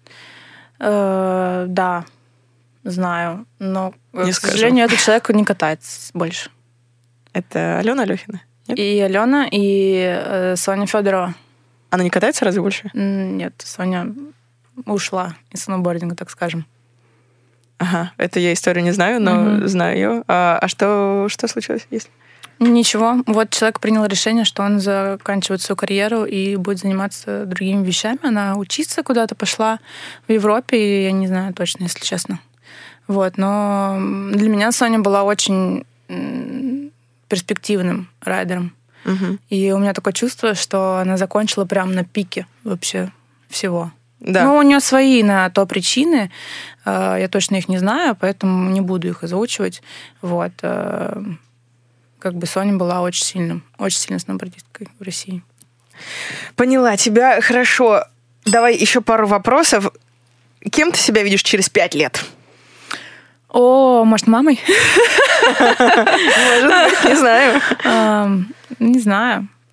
Speaker 1: Uh, да, знаю, но,
Speaker 3: не
Speaker 1: к
Speaker 3: скажу.
Speaker 1: сожалению, этот человек не катается больше.
Speaker 3: Это Алена Алехина? Нет?
Speaker 1: И Алена, и э, Соня Федорова.
Speaker 3: Она не катается разве больше?
Speaker 1: Нет, Соня ушла из сноубординга, так скажем.
Speaker 3: Ага, это я историю не знаю, но mm-hmm. знаю ее. А, а что, что случилось, если?
Speaker 1: Ничего. Вот человек принял решение, что он заканчивает свою карьеру и будет заниматься другими вещами. Она учиться куда-то пошла в Европе, и я не знаю точно, если честно. Вот. Но для меня Соня была очень перспективным райдером.
Speaker 3: Угу.
Speaker 1: И у меня такое чувство, что она закончила прямо на пике вообще всего.
Speaker 3: Да.
Speaker 1: Ну, у нее свои на то причины. Я точно их не знаю, поэтому не буду их озвучивать. Вот. Как бы Соня была очень сильным, очень сильной сноубордисткой в России.
Speaker 3: Поняла тебя. Хорошо. Давай еще пару вопросов. Кем ты себя видишь через пять лет?
Speaker 1: О, может, мамой?
Speaker 3: Может быть, не знаю.
Speaker 1: Не знаю.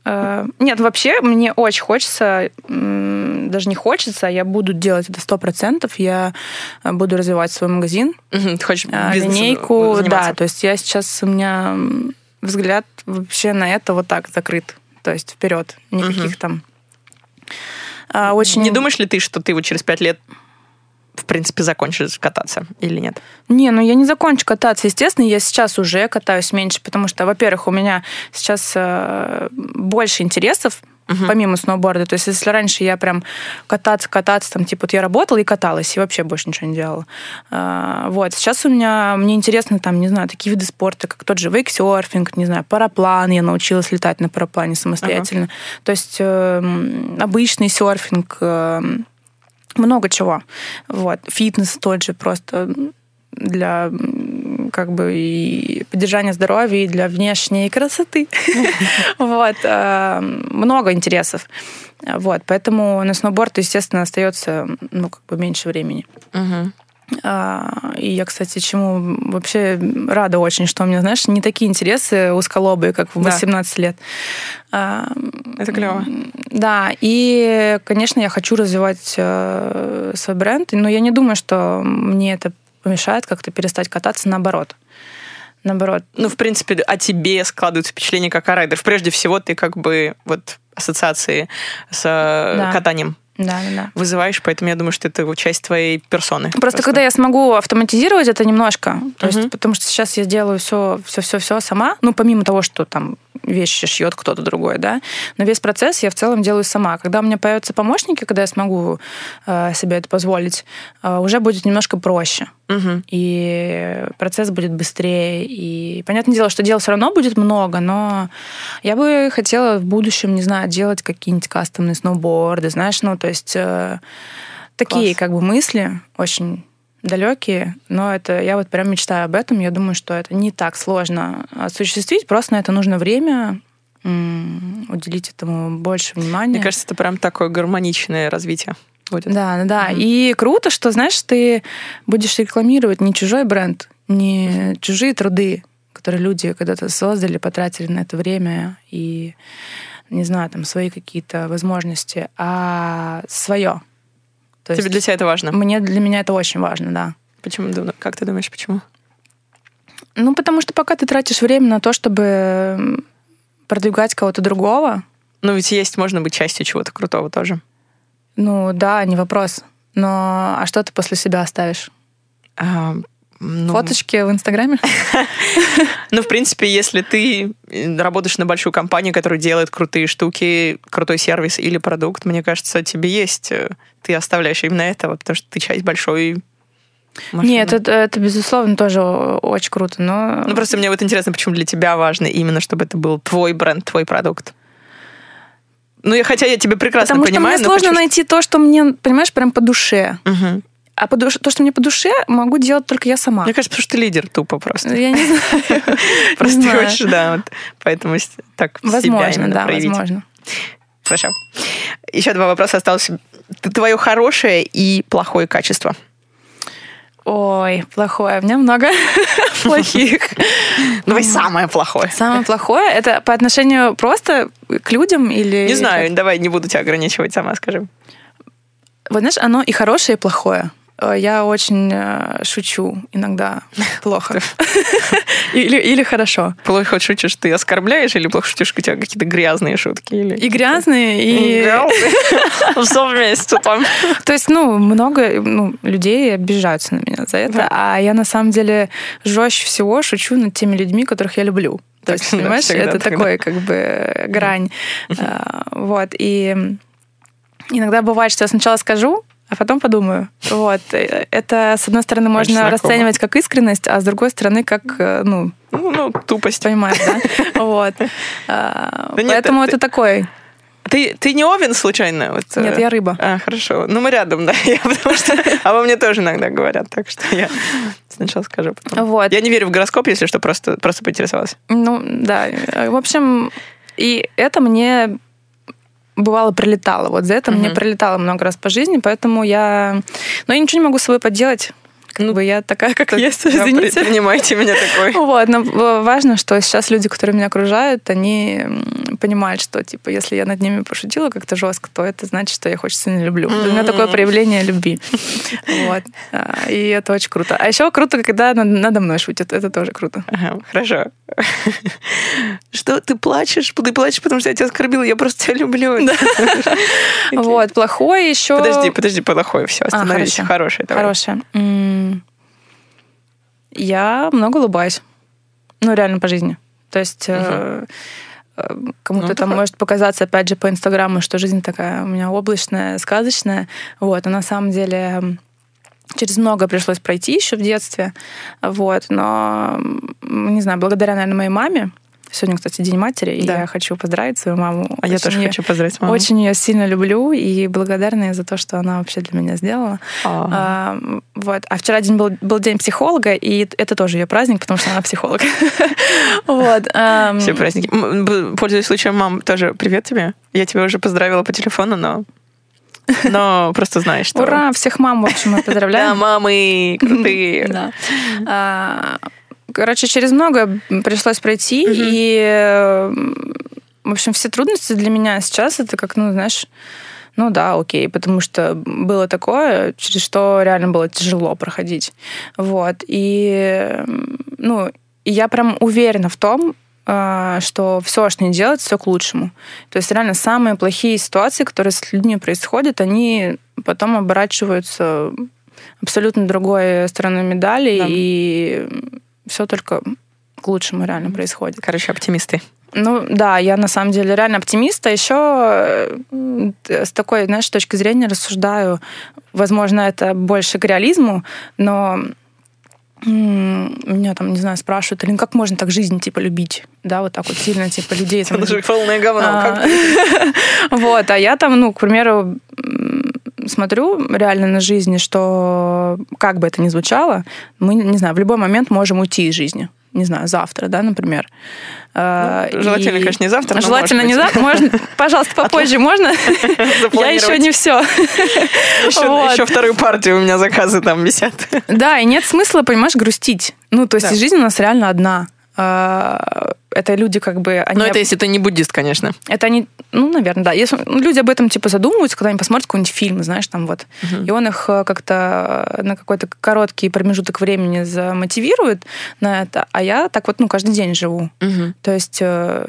Speaker 1: Нет, вообще мне очень хочется, даже не хочется, я буду делать это сто процентов, я буду развивать свой магазин,
Speaker 3: угу, ты хочешь
Speaker 1: линейку, да, то есть я сейчас, у меня взгляд вообще на это вот так закрыт, то есть вперед, никаких угу. там... Очень...
Speaker 3: Не думаешь ли ты, что ты вот через пять лет в принципе, закончишь кататься или нет?
Speaker 1: Не, ну я не закончу кататься. Естественно, я сейчас уже катаюсь меньше, потому что, во-первых, у меня сейчас э, больше интересов, uh-huh. помимо сноуборда. То есть, если раньше я прям кататься, кататься, там, типа, вот я работала и каталась, и вообще больше ничего не делала. Э, вот. Сейчас у меня, мне интересно, там, не знаю, такие виды спорта, как тот же вейксерфинг, не знаю, параплан. Я научилась летать на параплане самостоятельно. Uh-huh. То есть, э, обычный серфинг, э, много чего. Вот. Фитнес тот же просто для как бы и поддержания здоровья, и для внешней красоты. Вот. Много интересов. Вот. Поэтому на сноуборд, естественно, остается ну, как бы меньше времени. И я, кстати, чему вообще рада очень, что у меня, знаешь, не такие интересы узколобые, как в восемнадцать лет.
Speaker 3: Это клево.
Speaker 1: Да, и, конечно, я хочу развивать свой бренд, но я не думаю, что мне это помешает как-то перестать кататься, наоборот. Наоборот.
Speaker 3: Ну, в принципе, о тебе складывается впечатление как о райдер. Прежде всего, ты как бы вот ассоциации с да. катанием.
Speaker 1: Да, да, да.
Speaker 3: вызываешь, поэтому я думаю, что это часть твоей персоны.
Speaker 1: Просто, просто. Когда я смогу автоматизировать это немножко, то uh-huh. есть, потому что сейчас я делаю все, все, все, все сама, ну, помимо того, что там вещи шьет кто-то другой, да, но весь процесс я в целом делаю сама. Когда у меня появятся помощники, когда я смогу э, себе это позволить, э, уже будет немножко проще. Uh-huh. И процесс будет быстрее. И понятное дело, что дел все равно будет много, но я бы хотела в будущем, не знаю, делать какие-нибудь кастомные сноуборды, знаешь, ну, то есть э, такие как бы мысли очень далекие, но это я вот прям мечтаю об этом. Я думаю, что это не так сложно осуществить, просто на это нужно время, м- уделить этому больше внимания.
Speaker 3: Мне кажется, это прям такое гармоничное развитие будет.
Speaker 1: Да, да.
Speaker 3: Mm-hmm.
Speaker 1: И круто, что, знаешь, ты будешь рекламировать не чужой бренд, не mm-hmm. чужие труды, которые люди когда-то создали, потратили на это время и, не знаю, там, свои какие-то возможности, а свое.
Speaker 3: То Тебе есть для тебя это важно?
Speaker 1: Мне, для меня это очень важно, да.
Speaker 3: Почему? Как ты думаешь, почему?
Speaker 1: Ну, потому что пока ты тратишь время на то, чтобы продвигать кого-то другого...
Speaker 3: Ну, ведь есть, можно быть частью чего-то крутого тоже.
Speaker 1: Ну, да, не вопрос. Но а что ты после себя оставишь?
Speaker 3: А, ну...
Speaker 1: Фоточки в Инстаграме?
Speaker 3: Ну, в принципе, если ты работаешь на большую компанию, которая делает крутые штуки, крутой сервис или продукт, мне кажется, тебе есть... Ты оставляешь именно этого, потому что ты часть большой машины.
Speaker 1: Нет, это, это безусловно, тоже очень круто, но...
Speaker 3: Ну, просто мне вот интересно, почему для тебя важно именно, чтобы это был твой бренд, твой продукт. Ну, я, хотя я тебя прекрасно
Speaker 1: Потому
Speaker 3: понимаю.
Speaker 1: Потому что мне сложно
Speaker 3: хочу...
Speaker 1: найти то, что мне, понимаешь, прям по душе.
Speaker 3: Угу.
Speaker 1: А по душе, то, что мне по душе, могу делать только я сама.
Speaker 3: Мне кажется, потому что ты лидер тупо просто.
Speaker 1: Я не знаю.
Speaker 3: Просто ты хочешь, да, вот поэтому так себя именно проявить.
Speaker 1: Возможно,
Speaker 3: Хорошо. Еще два вопроса осталось. Твое хорошее и плохое качество.
Speaker 1: Ой, плохое. У меня много плохих.
Speaker 3: Давай самое плохое.
Speaker 1: Самое плохое? Это по отношению просто к людям или...
Speaker 3: Не знаю, давай не буду тебя ограничивать, сама скажи.
Speaker 1: Вот знаешь, оно и хорошее, и плохое. Я очень шучу иногда плохо. Или, или хорошо.
Speaker 3: Плохо шутишь, ты оскорбляешь, или плохо шутишь, у тебя какие-то грязные шутки? Или...
Speaker 1: И грязные, и...
Speaker 3: Все вместе там.
Speaker 1: То есть, ну, много ну, людей обижаются на меня за это, да. А я на самом деле жестче всего шучу над теми людьми, которых я люблю. То есть, понимаешь, это такой как бы грань. Вот, и иногда бывает, что я сначала скажу, а потом подумаю. Вот. Это, с одной стороны, можно расценивать как искренность, а с другой стороны, как, ну...
Speaker 3: Ну, ну тупость.
Speaker 1: Понимаешь, да? Вот. Да поэтому нет, это ты, такой...
Speaker 3: Ты, ты не овен, случайно? Вот,
Speaker 1: нет, я рыба.
Speaker 3: А, хорошо. Ну, мы рядом, да. Я, потому что... Обо мне тоже иногда говорят, так что я сначала скажу потом. Вот. Я не верю в гороскоп, если что, просто, просто поинтересовалась.
Speaker 1: Ну, да. В общем, и это мне... бывало, прилетало. Вот за это uh-huh. мне прилетало много раз по жизни, поэтому я... Но я ничего не могу с собой поделать. Как
Speaker 3: Ну,
Speaker 1: бы я такая, как
Speaker 3: Так,
Speaker 1: есть,
Speaker 3: да, при-
Speaker 1: извините.
Speaker 3: принимайте меня такой.
Speaker 1: Вот, но в- важно, что сейчас люди, которые меня окружают, они м, понимают, что, типа, если я над ними пошутила как-то жестко, то это значит, что я их очень сильно люблю. Для меня такое проявление любви. Вот. А, И это очень круто. А еще круто, когда над- надо мной шутят. Это тоже круто.
Speaker 3: Ага, хорошо. Что, ты плачешь? Ты плачешь, потому что я тебя оскорбила, я просто тебя люблю. Окей.
Speaker 1: Вот. Плохое еще...
Speaker 3: Подожди, подожди, плохое, все,
Speaker 1: А,
Speaker 3: остановись.
Speaker 1: хорошо.
Speaker 3: Хорошее, давай.
Speaker 1: Хорошее. М, Я много улыбаюсь. Ну, реально по жизни. То есть э, э, кому-то
Speaker 3: Ну,
Speaker 1: там
Speaker 3: это
Speaker 1: может показаться, опять же, по Инстаграму, что жизнь такая у меня облачная, сказочная. Вот. А на самом деле м, через много пришлось пройти еще в детстве. Вот. Но, м, не знаю, благодаря, наверное, моей маме. Сегодня, кстати, День матери, и
Speaker 3: Да.
Speaker 1: я хочу поздравить свою маму.
Speaker 3: А я
Speaker 1: Очень
Speaker 3: тоже
Speaker 1: её-
Speaker 3: хочу поздравить маму.
Speaker 1: Очень ее сильно люблю и благодарна ей за то, что она вообще для меня сделала.
Speaker 3: А.
Speaker 1: А, вот. А вчера день был, был день психолога, и это тоже ее праздник, потому что она психолог. Вот. ам,
Speaker 3: Все праздники. М, б- Пользуясь случаем, мам, тоже привет тебе. Я тебя уже поздравила по телефону, но... Но просто знаешь, что...
Speaker 1: Ура! Всех мам, в общем, мы
Speaker 3: Да,
Speaker 1: поздравляем.
Speaker 3: мамы, крутые.
Speaker 1: Да. А, Короче, через много пришлось пройти, и, э, в общем, все трудности для меня сейчас это как, ну, знаешь, ну да, окей, потому что было такое, через что реально было тяжело проходить. Вот. И, ну, и я прям уверена в том, э, что все, что не делать, все к лучшему. То есть реально самые плохие ситуации, которые с людьми происходят, они потом оборачиваются абсолютно другой стороной медали,
Speaker 3: Да.
Speaker 1: и все только к лучшему реально происходит.
Speaker 3: Короче, оптимисты.
Speaker 1: Ну да, я на самом деле реально оптимист, а еще с такой, знаешь, точки зрения рассуждаю, возможно, это больше к реализму, но м, меня там, не знаю, спрашивают, Алин, как можно так жизнь, типа, любить? Да, вот так вот сильно, типа, людей. там,
Speaker 3: Это же полное говно.
Speaker 1: а,
Speaker 3: Как
Speaker 1: Вот, а я там, ну, к примеру, м, смотрю реально на жизнь, что как бы это ни звучало, мы, не знаю, в любой момент можем уйти из жизни. Не знаю, завтра, да, например. А,
Speaker 3: Ну, желательно,
Speaker 1: и-
Speaker 3: конечно, не завтра, но
Speaker 1: Желательно
Speaker 3: может
Speaker 1: не
Speaker 3: быть.
Speaker 1: завтра. Можно, пожалуйста, попозже можно? Я еще не все.
Speaker 3: Еще, еще вторую партию у меня заказы там висят.
Speaker 1: Да, и нет смысла, понимаешь, грустить. Ну, то есть
Speaker 3: Да.
Speaker 1: жизнь у нас реально одна. А, Это люди как бы... Они
Speaker 3: Но это если ты не буддист, конечно.
Speaker 1: Это они, ну, наверное, да. Если ну, люди об этом типа задумываются, когда они посмотрят какой-нибудь фильм, знаешь, там вот,
Speaker 3: Мгм.
Speaker 1: и он их э, как-то на какой-то короткий промежуток времени замотивирует на это, а я так вот, ну, каждый день живу.
Speaker 3: Мгм.
Speaker 1: То есть э,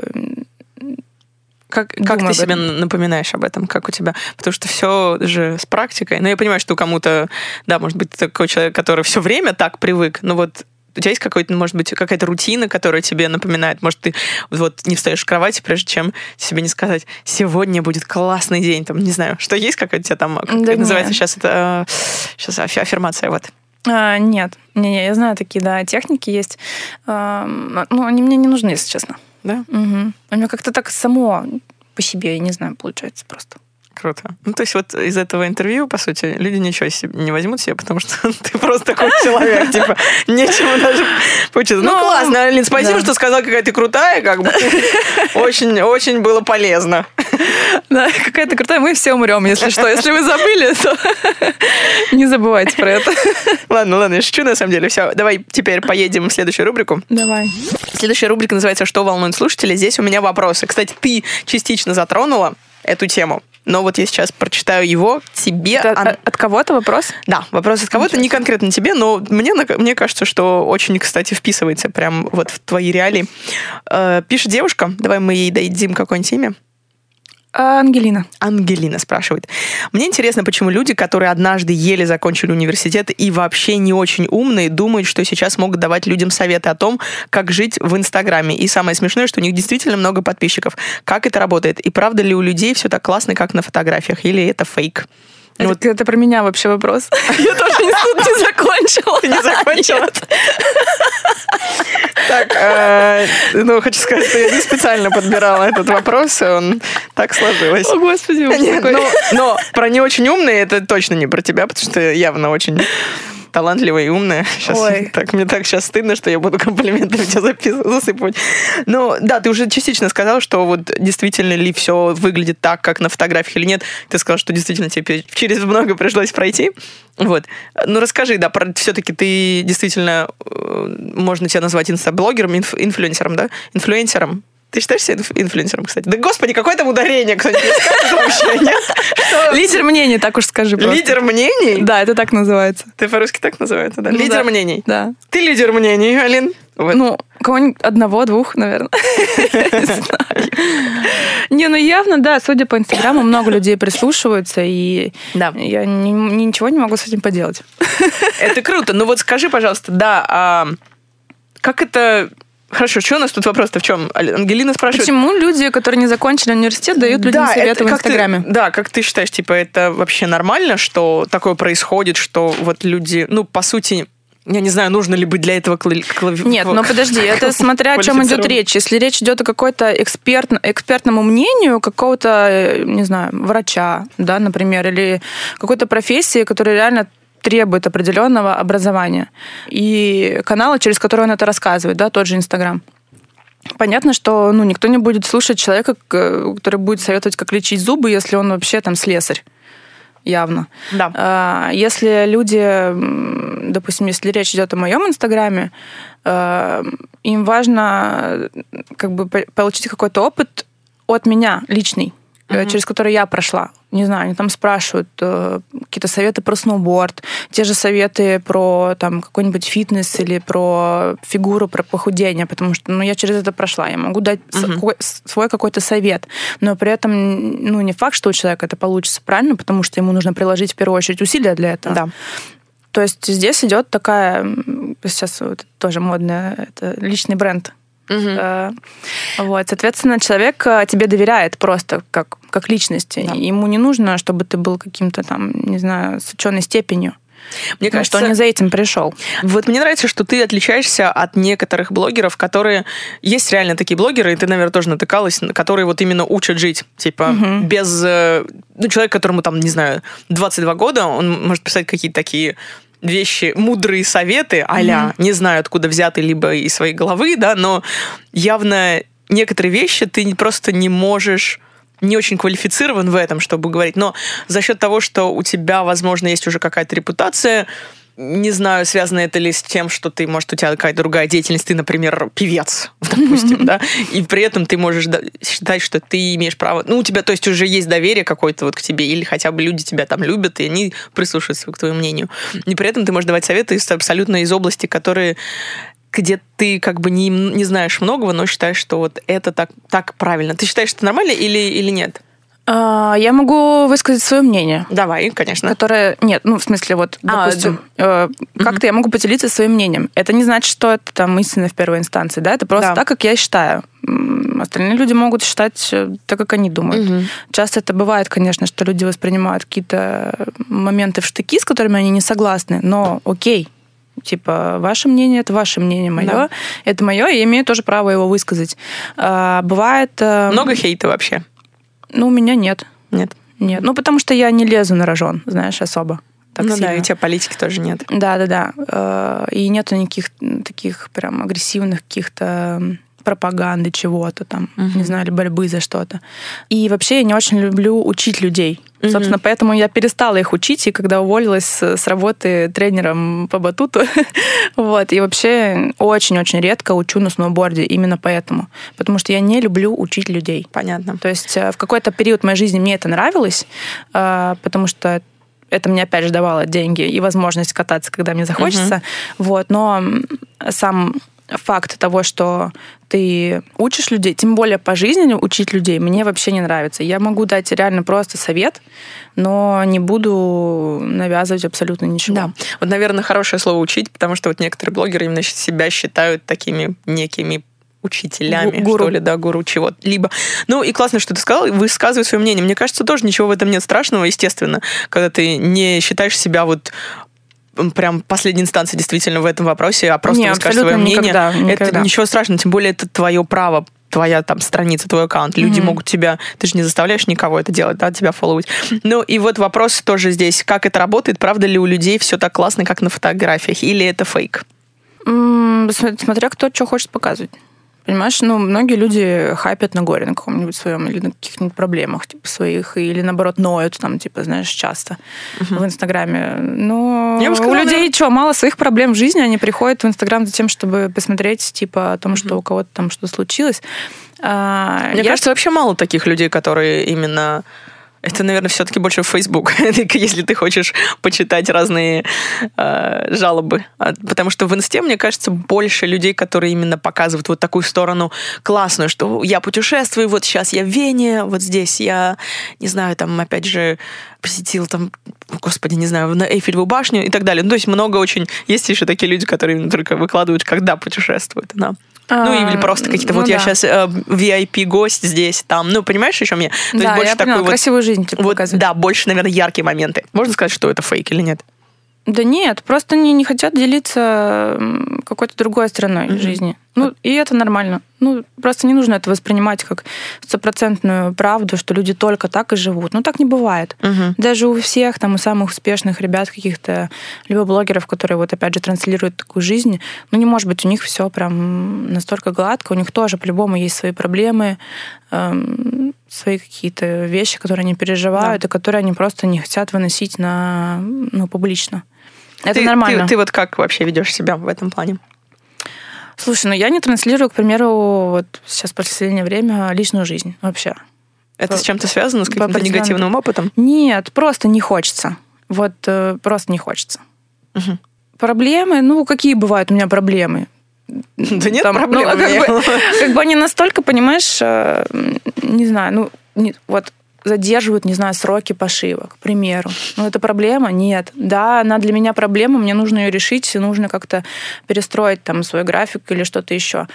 Speaker 3: Как, как
Speaker 1: Думаю
Speaker 3: ты
Speaker 1: об
Speaker 3: себе
Speaker 1: этом.
Speaker 3: напоминаешь об этом? Как у тебя? Потому что все же с практикой. Ну, я понимаю, что кому-то, да, может быть, ты такой человек, который все время так привык, но вот у тебя есть какой-то, может быть, какая-то рутина, которая тебе напоминает? Может, ты вот не встаешь с кровати, прежде чем себе не сказать, сегодня будет классный день, там, не знаю, что есть какая-то у тебя там, как
Speaker 1: Да
Speaker 3: это называется
Speaker 1: нет.
Speaker 3: сейчас, это сейчас аффирмация, вот.
Speaker 1: а, нет, не, не, я знаю такие, да, техники есть. А, ну, они мне не нужны, если честно.
Speaker 3: Да?
Speaker 1: Мгм. У меня как-то так само по себе, я не знаю, получается просто.
Speaker 3: Круто. Ну, то есть вот из этого интервью, по сути, люди ничего себе не возьмут себе, потому что ты просто такой человек, типа, нечему даже поучиться. Ну,
Speaker 1: Ну,
Speaker 3: классно, Алин, спасибо,
Speaker 1: да.
Speaker 3: что сказала, какая ты крутая, как бы. Очень, очень было полезно.
Speaker 1: Да, какая то крутая. Мы все умрем, если что. Если вы забыли, то не забывайте про это.
Speaker 3: Ладно, ладно, я шучу, на самом деле. Все, давай теперь поедем в следующую рубрику.
Speaker 1: Давай.
Speaker 3: Следующая рубрика называется «Что волнует слушателей?». Здесь у меня вопросы. Кстати, ты частично затронула эту тему, но вот я сейчас прочитаю его тебе.
Speaker 1: Это
Speaker 3: Ан-
Speaker 1: от, от кого-то вопрос?
Speaker 3: Да, вопрос от кого-то,
Speaker 1: Ничего
Speaker 3: не
Speaker 1: себе.
Speaker 3: конкретно тебе, но мне, на- мне кажется, что очень, кстати, вписывается прям вот в твои реалии. Э, пишет девушка, давай мы ей дадим какое-нибудь имя.
Speaker 1: А, Ангелина.
Speaker 3: Ангелина спрашивает. Мне интересно, почему люди, которые однажды еле закончили университет и вообще не очень умные, думают, что сейчас могут давать людям советы о том, как жить в Инстаграме. И самое смешное, что у них действительно много подписчиков. Как это работает? И правда ли у людей все так классно, как на фотографиях? Или это фейк? Ну,
Speaker 1: Это, это про меня вообще вопрос. Я тоже институт не закончила.
Speaker 3: Ты не закончила? Так, э, ну, хочу сказать, что я не специально подбирала этот вопрос, и он так сложилось.
Speaker 1: О, Господи, ужас
Speaker 3: Нет,
Speaker 1: какой.
Speaker 3: но, но про не очень умные это точно не про тебя, потому что явно очень талантливая и умная. Сейчас, так, мне так сейчас стыдно, что я буду комплименты тебя записывать, засыпать. Ну, да, ты уже частично сказала, что вот действительно ли все выглядит так, как на фотографиях или нет. Ты сказала, что действительно тебе через много пришлось пройти. Вот. Ну, расскажи, да, про, все-таки ты действительно, можно тебя назвать инстаблогером, инф, инфлюенсером, да? Инфлюенсером. Ты считаешь себя инфлюенсером, кстати? Да, господи, какое там ударение, кто-нибудь скажет вообще, нет?
Speaker 1: Лидер мнений, так уж скажи просто.
Speaker 3: Лидер мнений?
Speaker 1: Да, это так называется.
Speaker 3: Ты по-русски так называется, да?
Speaker 1: Ну,
Speaker 3: лидер
Speaker 1: да.
Speaker 3: мнений?
Speaker 1: Да.
Speaker 3: Ты лидер мнений, Алин? Вот.
Speaker 1: Ну, кого-нибудь одного, двух, наверное. Не знаю. Не, ну явно, да, судя по Инстаграму, много людей прислушиваются, и я ничего не могу с этим поделать.
Speaker 3: Это круто. Ну вот скажи, пожалуйста, да, как это... Хорошо, что у нас тут вопрос-то в чем? Ангелина спрашивает...
Speaker 1: Почему люди, которые не закончили университет, дают людям
Speaker 3: да,
Speaker 1: советы в Инстаграме?
Speaker 3: Ты, да, как ты считаешь, типа, это вообще нормально, что такое происходит, что вот люди, ну, по сути... Я не знаю, нужно ли быть для этого клави...
Speaker 1: Нет, но подожди, это смотря о чем идет речь. Если речь идет о какой-то эксперт... экспертному мнению какого-то, не знаю, врача, да, например, или какой-то профессии, которая реально требует определенного образования. И каналы, через которые он это рассказывает, да, тот же Инстаграм. Понятно, что ну, никто не будет слушать человека, который будет советовать, как лечить зубы, если он вообще там слесарь. Явно.
Speaker 3: Да.
Speaker 1: Если люди, допустим, если речь идет о моем Инстаграме, им важно как бы получить какой-то опыт от меня личный, Uh-huh. через который я прошла. Не знаю, они там спрашивают э, какие-то советы про сноуборд, те же советы про там, какой-нибудь фитнес или про фигуру, про похудение, потому что ну, я через это прошла. Я могу дать Uh-huh. свой, свой какой-то совет, но при этом ну, не факт, что у человека это получится правильно, потому что ему нужно приложить в первую очередь усилия для этого.
Speaker 3: Да.
Speaker 1: То есть здесь идет такая, сейчас вот, тоже модная, это личный бренд. Uh-huh. Вот, соответственно, человек тебе доверяет просто как, как личности. Да. Ему не нужно, чтобы ты был каким-то там, не знаю, с ученой степенью. Мне Потому кажется, что он не за этим пришел.
Speaker 3: Вот мне нравится, что ты отличаешься от некоторых блогеров, которые... Есть реально такие блогеры, и ты, наверное, тоже натыкалась, которые вот именно учат жить. Типа uh-huh. без... Ну, человек, которому там, не знаю, двадцать два года, он может писать какие-то такие... вещи, мудрые советы, а-ля, mm-hmm. не знаю, откуда взяты, либо из своей головы, да, но явно некоторые вещи ты просто не можешь, не очень квалифицирован в этом, чтобы говорить, но за счет того, что у тебя, возможно, есть уже какая-то репутация, не знаю, связано это ли с тем, что ты, может, у тебя какая-то другая деятельность, ты, например, певец, допустим, да, и при этом ты можешь считать, что ты имеешь право, ну, у тебя, то есть, уже есть доверие какое-то вот к тебе, или хотя бы люди тебя там любят, и они прислушиваются к твоему мнению. И при этом ты можешь давать советы абсолютно из области, которые где ты как бы не, не знаешь многого, но считаешь, что вот это так, так правильно. Ты считаешь, что это нормально или, или нет?
Speaker 1: Я могу высказать свое мнение.
Speaker 3: Давай, конечно.
Speaker 1: Которое... Нет, ну, в смысле, вот,
Speaker 3: а,
Speaker 1: допустим,
Speaker 3: да.
Speaker 1: как-то mm-hmm. я могу поделиться своим мнением. Это не значит, что это там истина в первой инстанции, да? Это просто да. так, как я считаю. Остальные люди могут считать так, как они думают. Mm-hmm. Часто это бывает, конечно, что люди воспринимают какие-то моменты в штыки, с которыми они не согласны, но окей. Типа, ваше мнение — это ваше мнение, мое да. — это мое, и я имею тоже право его высказать. А, бывает...
Speaker 3: Много хейта вообще?
Speaker 1: Ну, у меня нет.
Speaker 3: Нет?
Speaker 1: Нет. Ну, потому что я не лезу на рожон, знаешь, особо. Так
Speaker 3: ну
Speaker 1: сильно.
Speaker 3: Да, и у тебя политики тоже нет.
Speaker 1: Да-да-да. И нету никаких таких прям агрессивных каких-то пропаганды чего-то там, uh-huh. не знаю, или борьбы за что-то. И вообще я не очень люблю учить людей. Uh-huh. Собственно, поэтому я перестала их учить, и когда уволилась с работы тренером по батуту, вот, и вообще очень-очень редко учу на сноуборде именно поэтому. Потому что я не люблю учить людей.
Speaker 3: Понятно.
Speaker 1: То есть в какой-то период моей жизни мне это нравилось, потому что это мне, опять же, давало деньги и возможность кататься, когда мне захочется. Uh-huh. Вот, но сам факт того, что ты учишь людей, тем более по жизни учить людей, мне вообще не нравится. Я могу дать реально просто совет, но не буду навязывать абсолютно ничего.
Speaker 3: Да. Вот, наверное, хорошее слово «учить», потому что вот некоторые блогеры именно себя считают такими некими учителями,
Speaker 1: гуру.
Speaker 3: Что ли, да, гуру чего-либо. Ну, и классно, что ты сказал, высказывай свое мнение. Мне кажется, тоже ничего в этом нет страшного, естественно, когда ты не считаешь себя вот прям последней инстанции действительно в этом вопросе, а просто
Speaker 1: не,
Speaker 3: высказывать свое мнение.
Speaker 1: Никогда, никогда.
Speaker 3: Это ничего страшного, тем более это твое право. твоя там страница, твой аккаунт. Люди mm-hmm. могут тебя... Ты же не заставляешь никого это делать, да, тебя фолловить. Ну, и вот вопрос тоже здесь. Как это работает? Правда ли у людей все так классно, как на фотографиях? Или это фейк?
Speaker 1: Mm, смотря кто что хочет показывать. Понимаешь, ну, многие люди хайпят на горе на каком-нибудь своем или на каких-нибудь проблемах типа своих, или, наоборот, ноют там, типа, знаешь, часто uh-huh. в Инстаграме. Но
Speaker 3: Я бы сказала,
Speaker 1: у людей,
Speaker 3: наверное...
Speaker 1: что, мало своих проблем в жизни, они приходят в Инстаграм за тем, чтобы посмотреть, типа, о том, uh-huh. что у кого-то там что случилось. А,
Speaker 3: Мне
Speaker 1: я...
Speaker 3: кажется, вообще мало таких людей, которые именно... Это, наверное, все-таки больше Facebook, если ты хочешь почитать разные э, жалобы. Потому что в Инсте, мне кажется, больше людей, которые именно показывают вот такую сторону классную, что я путешествую, вот сейчас я в Вене, вот здесь я, не знаю, там, опять же, посетил там, господи, не знаю, на Эйфелеву башню и так далее. Ну, то есть много очень... Есть еще такие люди, которые только выкладывают, когда путешествуют, да. Ну, или просто какие-то, ну, вот да. я сейчас э, ви ай пи-гость здесь, там, ну, понимаешь, еще мне? То
Speaker 1: да,
Speaker 3: есть больше
Speaker 1: я
Speaker 3: такой
Speaker 1: поняла,
Speaker 3: вот,
Speaker 1: красивую жизнь типа,
Speaker 3: вот,
Speaker 1: показывают.
Speaker 3: Да, больше, наверное, яркие моменты. Можно сказать, что это фейк или нет?
Speaker 1: Да нет, просто они не хотят делиться какой-то другой стороной mm-hmm. жизни. Ну, и это нормально. Ну, просто не нужно это воспринимать как стопроцентную правду, что люди только так и живут. Ну, так не бывает.
Speaker 3: Mm-hmm.
Speaker 1: Даже у всех, там, у самых успешных ребят каких-то, либо блогеров, которые вот опять же транслируют такую жизнь, ну, не может быть у них все прям настолько гладко. У них тоже по-любому есть свои проблемы, эм, свои какие-то вещи, которые они переживают, да. и которые они просто не хотят выносить на, ну, публично. Это
Speaker 3: ты,
Speaker 1: нормально.
Speaker 3: Ты, ты вот как вообще ведешь себя в этом плане?
Speaker 1: Слушай, ну я не транслирую, к примеру, вот сейчас в последнее время личную жизнь вообще.
Speaker 3: Это
Speaker 1: по,
Speaker 3: с чем-то связано, с каким-то негативным опытом?
Speaker 1: Нет, просто не хочется. Вот э, просто не хочется.
Speaker 3: Угу.
Speaker 1: Проблемы, ну какие бывают у меня проблемы?
Speaker 3: Да нет
Speaker 1: Там,
Speaker 3: проблем.
Speaker 1: Ну, как, бы, как бы они настолько, понимаешь, э, не знаю, ну не, вот задерживают, не знаю, сроки пошивок, к примеру. Ну, это проблема? Нет. Да, она для меня проблема, мне нужно ее решить, нужно как-то перестроить там свой график или что-то еще.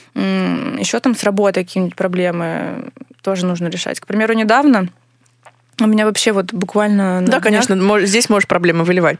Speaker 1: Еще там с работой какие-нибудь проблемы тоже нужно решать. К примеру, недавно у меня вообще вот буквально...
Speaker 3: Да, конечно, здесь можешь проблемы выливать.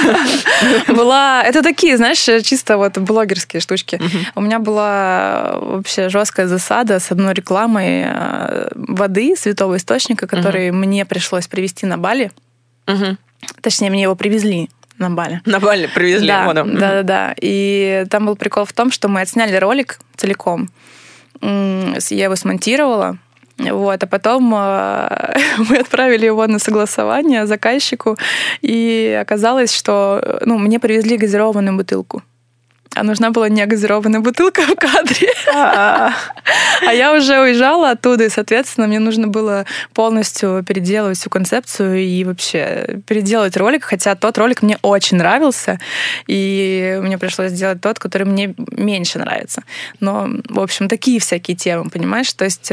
Speaker 1: Была... Это такие, знаешь, чисто вот блогерские штучки. У меня была вообще жесткая засада с одной рекламой воды, святого источника, который мне пришлось привезти на Бали. Точнее, мне его привезли на Бали.
Speaker 3: На Бали привезли воду.
Speaker 1: Да, да, да. И там был прикол в том, что мы отсняли ролик целиком. Я его смонтировала. Вот, а потом э, мы отправили его на согласование заказчику, и оказалось, что ну, мне привезли газированную бутылку. А нужна была не газированная бутылка в кадре. А я уже уезжала оттуда, и, соответственно, мне нужно было полностью переделывать всю концепцию и вообще переделать ролик, хотя тот ролик мне очень нравился, и мне пришлось сделать тот, который мне меньше нравится. Но, в общем, такие всякие темы, понимаешь? То есть...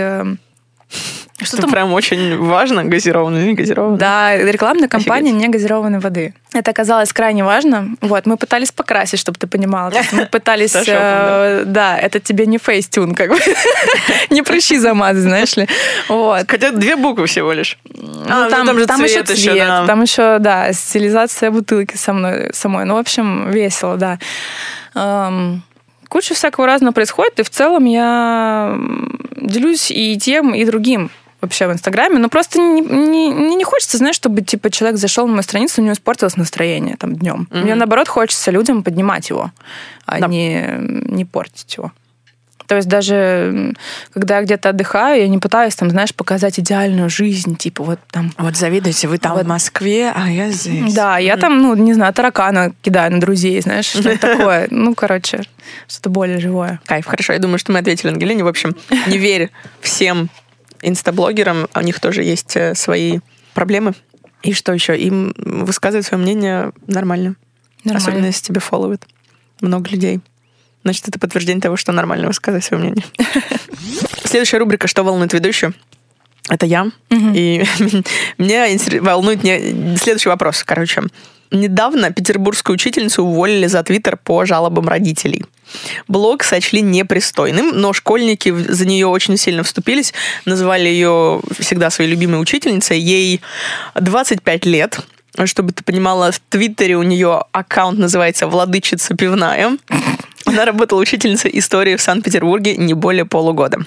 Speaker 3: Что там прям очень важно, газированная или не газированная?
Speaker 1: Да, рекламная кампания не газированной воды. Это оказалось крайне важно. Вот, мы пытались покрасить, чтобы ты понимала. Мы пытались... Да, это тебе не фейстюн, как бы. Не прыщи замазать, знаешь ли.
Speaker 3: Хотя две буквы всего лишь.
Speaker 1: Там еще цвет, там еще, да, стилизация бутылки самой. Ну, в общем, весело, да. Куча всякого разного происходит, и в целом я делюсь и тем, и другим вообще в Инстаграме, но просто не, не, не хочется, знаешь, чтобы типа человек зашел на мою страницу, у него испортилось настроение там днем. Mm-hmm. Мне наоборот хочется людям поднимать его, а да. не, не портить его. То есть даже когда я где-то отдыхаю, я не пытаюсь там, знаешь, показать идеальную жизнь, типа вот там...
Speaker 3: Вот завидуйте, вы там вот в Москве, а я здесь.
Speaker 1: Да, я mm-hmm. там, ну, не знаю, таракана кидаю на друзей, знаешь, что-то такое. Ну, короче, что-то более живое.
Speaker 3: Кайф, хорошо. Я думаю, что мы ответили Ангелине. В общем, не верь всем инстаблогерам, у них тоже есть свои проблемы. И что еще? Им высказывать свое мнение нормально. нормально. Особенно, если тебя фолловят много людей. Значит, это подтверждение того, что нормально высказывать свое мнение. Следующая рубрика «Что волнует ведущую?» Это я. Угу. И меня волнует не... следующий вопрос. Короче, недавно петербургскую учительницу уволили за твиттер по жалобам родителей. Блог сочли непристойным, но школьники за нее очень сильно вступились, называли ее всегда своей любимой учительницей. Ей двадцать пять лет. Чтобы ты понимала, в Твиттере у нее аккаунт называется «Владычица пивная». Она работала учительницей истории в Санкт-Петербурге не более полугода.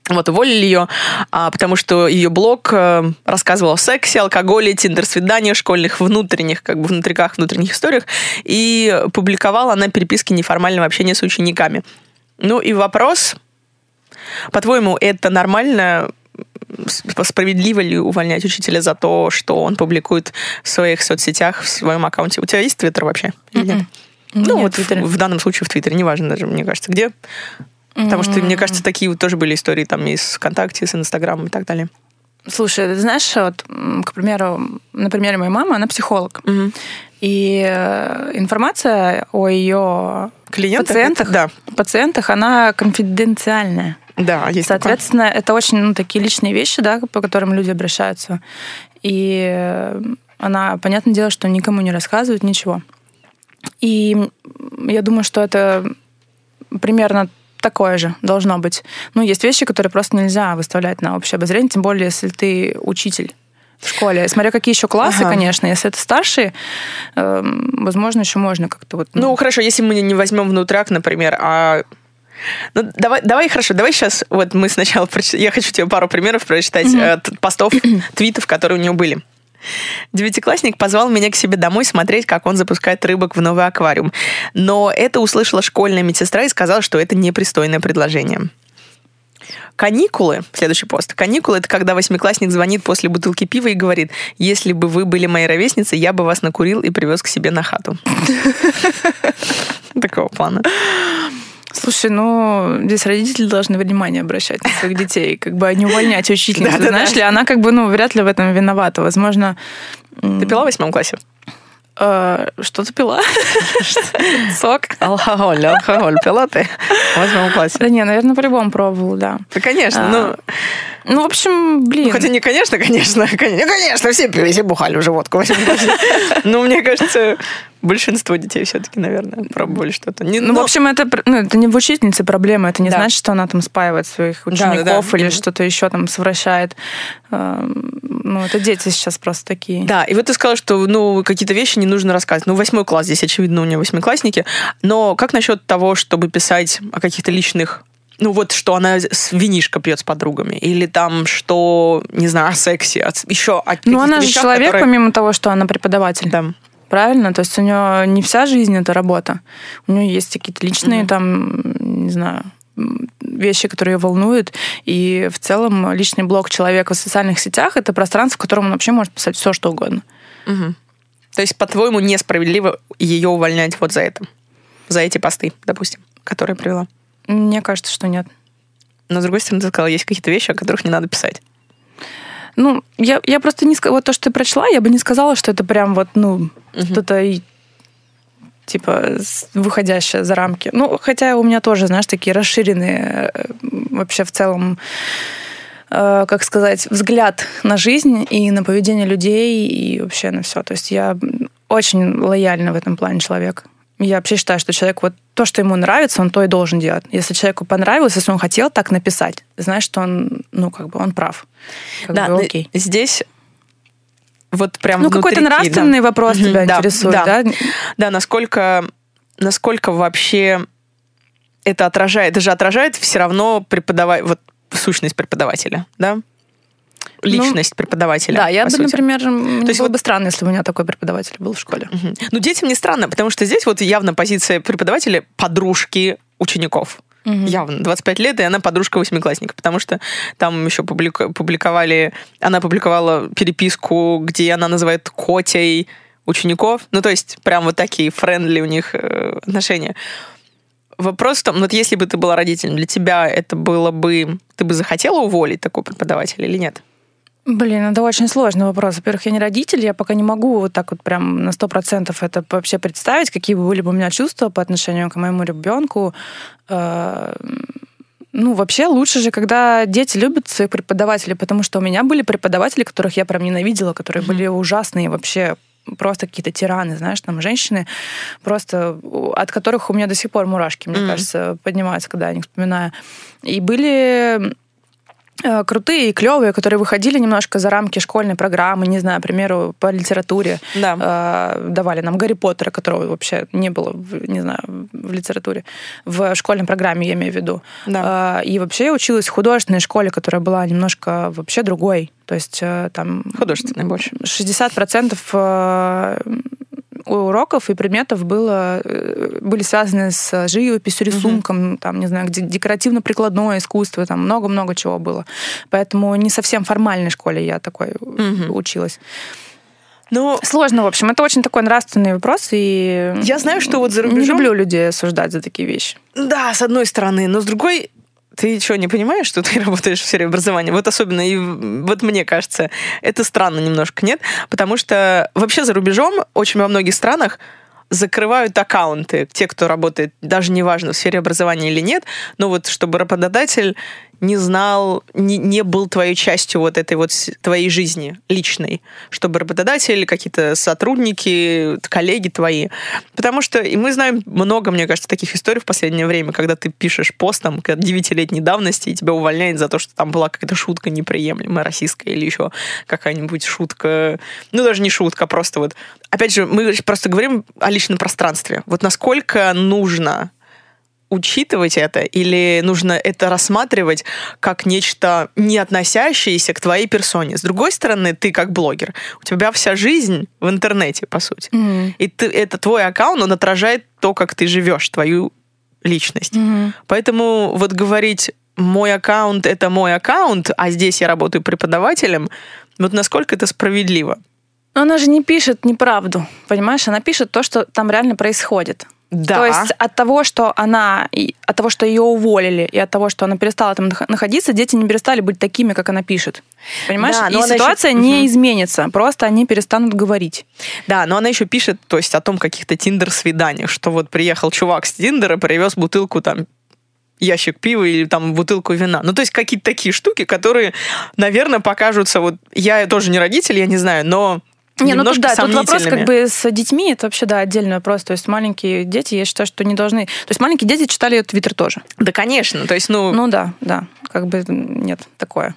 Speaker 3: Вот, уволили ее, а, потому что ее блог а, рассказывал о сексе, алкоголе, тиндер-свиданиях, школьных внутренних, как бы внутриках, внутренних историях, и публиковала она переписки неформального общения с учениками. Ну и вопрос, по-твоему, это нормально, справедливо ли увольнять учителя за то, что он публикует в своих соцсетях, в своем аккаунте? У тебя есть Твиттер вообще? Или нет?
Speaker 1: Mm-mm.
Speaker 3: Ну,
Speaker 1: Нет,
Speaker 3: вот
Speaker 1: Твиттере.
Speaker 3: в, в данном случае в Твиттере, неважно даже, мне кажется, где. Потому что, мне кажется, такие вот тоже были истории там из ВКонтакте, с Инстаграмом и так далее.
Speaker 1: Слушай, ты знаешь, вот, к примеру, на примере моей мамы, она психолог.
Speaker 3: Угу.
Speaker 1: И информация о ее
Speaker 3: Клиентах,
Speaker 1: пациентах,
Speaker 3: это, да.
Speaker 1: пациентах, она конфиденциальная.
Speaker 3: Да, есть
Speaker 1: Соответственно, такое. Это очень ну, такие личные вещи, да, по которым люди обращаются. И она, понятное дело, что никому не рассказывает ничего. И я думаю, что это примерно такое же должно быть. Ну, есть вещи, которые просто нельзя выставлять на общее обозрение, тем более, если ты учитель в школе. Смотря какие еще классы, ага. конечно. Если это старшие, э, возможно, еще можно как-то вот...
Speaker 3: Ну, ну, хорошо, если мы не возьмем внутряк, например, а... Ну, давай, давай, хорошо, давай сейчас, вот мы сначала... Я хочу тебе пару примеров прочитать mm-hmm. постов, твитов, которые у него были. Девятиклассник позвал меня к себе домой смотреть, как он запускает рыбок в новый аквариум. Но это услышала школьная медсестра и сказала, что это непристойное предложение. Каникулы, следующий пост. Каникулы — это когда восьмиклассник звонит после бутылки пива и говорит: если бы вы были моей ровесницей, я бы вас накурил и привез к себе на хату. Такого плана.
Speaker 1: Слушай, ну, здесь родители должны внимание обращать на своих детей, как бы не увольнять учительницу. Знаешь ли, она как бы, ну, вряд ли в этом виновата. Возможно...
Speaker 3: Ты пила в восьмом классе?
Speaker 1: Что ты пила? Сок?
Speaker 3: Алкоголь, алкоголь пила ты в восьмом классе?
Speaker 1: Да не, наверное, по-любому пробовала, да.
Speaker 3: Да, конечно, ну...
Speaker 1: Ну, в общем, блин.
Speaker 3: Ну, хотя не конечно, конечно, конечно, конечно, все пили, все бухали уже водку в восьмом классе. Но мне кажется, большинство детей все-таки, наверное, пробовали что-то. Не,
Speaker 1: ну,
Speaker 3: но...
Speaker 1: в общем, это, ну, это не в учительнице проблема, это не да. значит, что она там спаивает своих учеников да, да, да. или mm-hmm. что-то еще там совращает. Ну, это дети сейчас просто такие.
Speaker 3: Да, и вот ты сказала, что, ну, какие-то вещи не нужно рассказывать. Ну, восьмой класс, здесь, очевидно, у нее восьмиклассники. Но как насчет того, чтобы писать о каких-то личных... Ну, вот, что она винишко пьет с подругами. Или там, что, не знаю, о сексе. От, еще о
Speaker 1: ну, она же
Speaker 3: вещах,
Speaker 1: человек,
Speaker 3: которые...
Speaker 1: помимо того, что она преподаватель.
Speaker 3: Да.
Speaker 1: Правильно? То есть у нее не вся жизнь — это работа. У нее есть какие-то личные, mm-hmm. там, не знаю, вещи, которые ее волнуют. И в целом личный блог человека в социальных сетях — это пространство, в котором он вообще может писать все, что угодно.
Speaker 3: Mm-hmm. То есть, по-твоему, несправедливо ее увольнять вот за это? За эти посты, допустим, которые я привела?
Speaker 1: Мне кажется, что нет.
Speaker 3: Но, с другой стороны, ты сказала, есть какие-то вещи, о которых не надо писать.
Speaker 1: Ну, я, я просто не сказала... Вот то, что ты прочла, я бы не сказала, что это прям вот, ну, uh-huh. что-то, типа, выходящее за рамки. Ну, хотя у меня тоже, знаешь, такие расширенные вообще в целом, э, как сказать, взгляд на жизнь и на поведение людей, и вообще на все. То есть я очень лояльна в этом плане человек. Я вообще считаю, что человек вот то, что ему нравится, он то и должен делать. Если человеку понравилось, если он хотел так написать, знаешь, что он, ну, как бы он прав. Как
Speaker 3: да,
Speaker 1: бы, окей.
Speaker 3: Здесь вот прям
Speaker 1: ну, какой-то нравственный да. вопрос тебя да, интересует, да?
Speaker 3: Да, да насколько, насколько вообще это отражает, это же отражает все равно преподаватель, вот сущность преподавателя, да? Личность ну, преподавателя.
Speaker 1: Да, я бы,
Speaker 3: сути.
Speaker 1: например, мне
Speaker 3: То есть
Speaker 1: было
Speaker 3: вот...
Speaker 1: бы странно, если бы у меня такой преподаватель был в школе.
Speaker 3: Угу. Ну, детям не странно, потому что здесь вот явно позиция преподавателя подружки учеников. Угу. Явно. двадцать пять лет, и она подружка восьмиклассника, потому что там еще публику... публиковали... Она публиковала переписку, где она называет котей учеников. Ну, то есть прям вот такие френдли у них э, отношения. Вопрос в том, вот если бы ты была родителем, для тебя это было бы... Ты бы захотела уволить такого преподавателя или нет?
Speaker 1: Блин, это очень сложный вопрос. Во-первых, я не родитель, я пока не могу вот так вот прям на сто процентов это вообще представить, какие бы были бы у меня чувства по отношению к моему ребенку. Ну, вообще лучше же, когда дети любят своих преподавателей, потому что у меня были преподаватели, которых я прям ненавидела, которые mm-hmm. были ужасные вообще, просто какие-то тираны, знаешь, там женщины, просто от которых у меня до сих пор мурашки, мне mm-hmm. кажется, поднимаются, когда я о них вспоминаю. И были... крутые и клевые, которые выходили немножко за рамки школьной программы, не знаю, к примеру, по литературе.
Speaker 3: Да.
Speaker 1: Э, давали нам Гарри Поттера, которого вообще не было, в, не знаю, в литературе. В школьной программе, я имею в виду.
Speaker 3: Да.
Speaker 1: Э, и вообще я училась в художественной школе, которая была немножко вообще другой. То есть э, там...
Speaker 3: Художественной больше.
Speaker 1: шестьдесят процентов э, уроков и предметов было, были связаны с живописью, рисунком, uh-huh. там, не знаю, декоративно-прикладное искусство, там много-много чего было. Поэтому не совсем в формальной школе я такой uh-huh. училась.
Speaker 3: Но...
Speaker 1: Сложно, в общем. Это очень такой нравственный вопрос, и
Speaker 3: я знаю, что вот за рубежом...
Speaker 1: не люблю людей осуждать за такие вещи.
Speaker 3: Да, с одной стороны, но с другой... Ты что, не понимаешь, что ты работаешь в сфере образования? Вот особенно, и вот мне кажется, это странно немножко, нет? Потому что вообще за рубежом очень во многих странах закрывают аккаунты. Те, кто работает, даже неважно, в сфере образования или нет, но вот чтобы работодатель не знал, не, не был твоей частью вот этой вот твоей жизни личной, чтобы работодатель, какие-то сотрудники, коллеги твои. Потому что и мы знаем много, мне кажется, таких историй в последнее время, когда ты пишешь пост там девятилетней давности, и тебя увольняют за то, что там была какая-то шутка неприемлемая, российская, или еще какая-нибудь шутка, ну даже не шутка, просто вот. Опять же, мы просто говорим о личном пространстве. Вот насколько нужно учитывать это, или нужно это рассматривать как нечто, не относящееся к твоей персоне. С другой стороны, ты как блогер, у тебя вся жизнь в интернете, по сути. Mm-hmm. И ты, это твой аккаунт, он отражает то, как ты живешь, твою личность. Mm-hmm. Поэтому вот говорить, мой аккаунт — это мой аккаунт, а здесь я работаю преподавателем, вот насколько это справедливо?
Speaker 1: Но она же не пишет неправду, понимаешь? Она пишет то, что там реально происходит.
Speaker 3: Да.
Speaker 1: То есть от того, что она, от того, что ее уволили, и от того, что она перестала там находиться, дети не перестали быть такими, как она пишет. Понимаешь? Да, и ситуация еще... не угу. изменится, просто они перестанут говорить.
Speaker 3: Да, но она еще пишет, то есть о том каких-то тиндер-свиданиях, что вот приехал чувак с Тиндера, привез бутылку там ящик пива или там бутылку вина. Ну, то есть какие-то такие штуки, которые, наверное, покажутся... Вот я тоже не родитель, я не знаю, но...
Speaker 1: Не, ну тут, да, тут вопрос как бы с детьми, это вообще, да, отдельный вопрос. То есть маленькие дети, я считаю, что не должны... То есть маленькие дети читали ее Твиттер тоже.
Speaker 3: Да, конечно. То есть, ну...
Speaker 1: Ну да, да. Как бы нет, такое.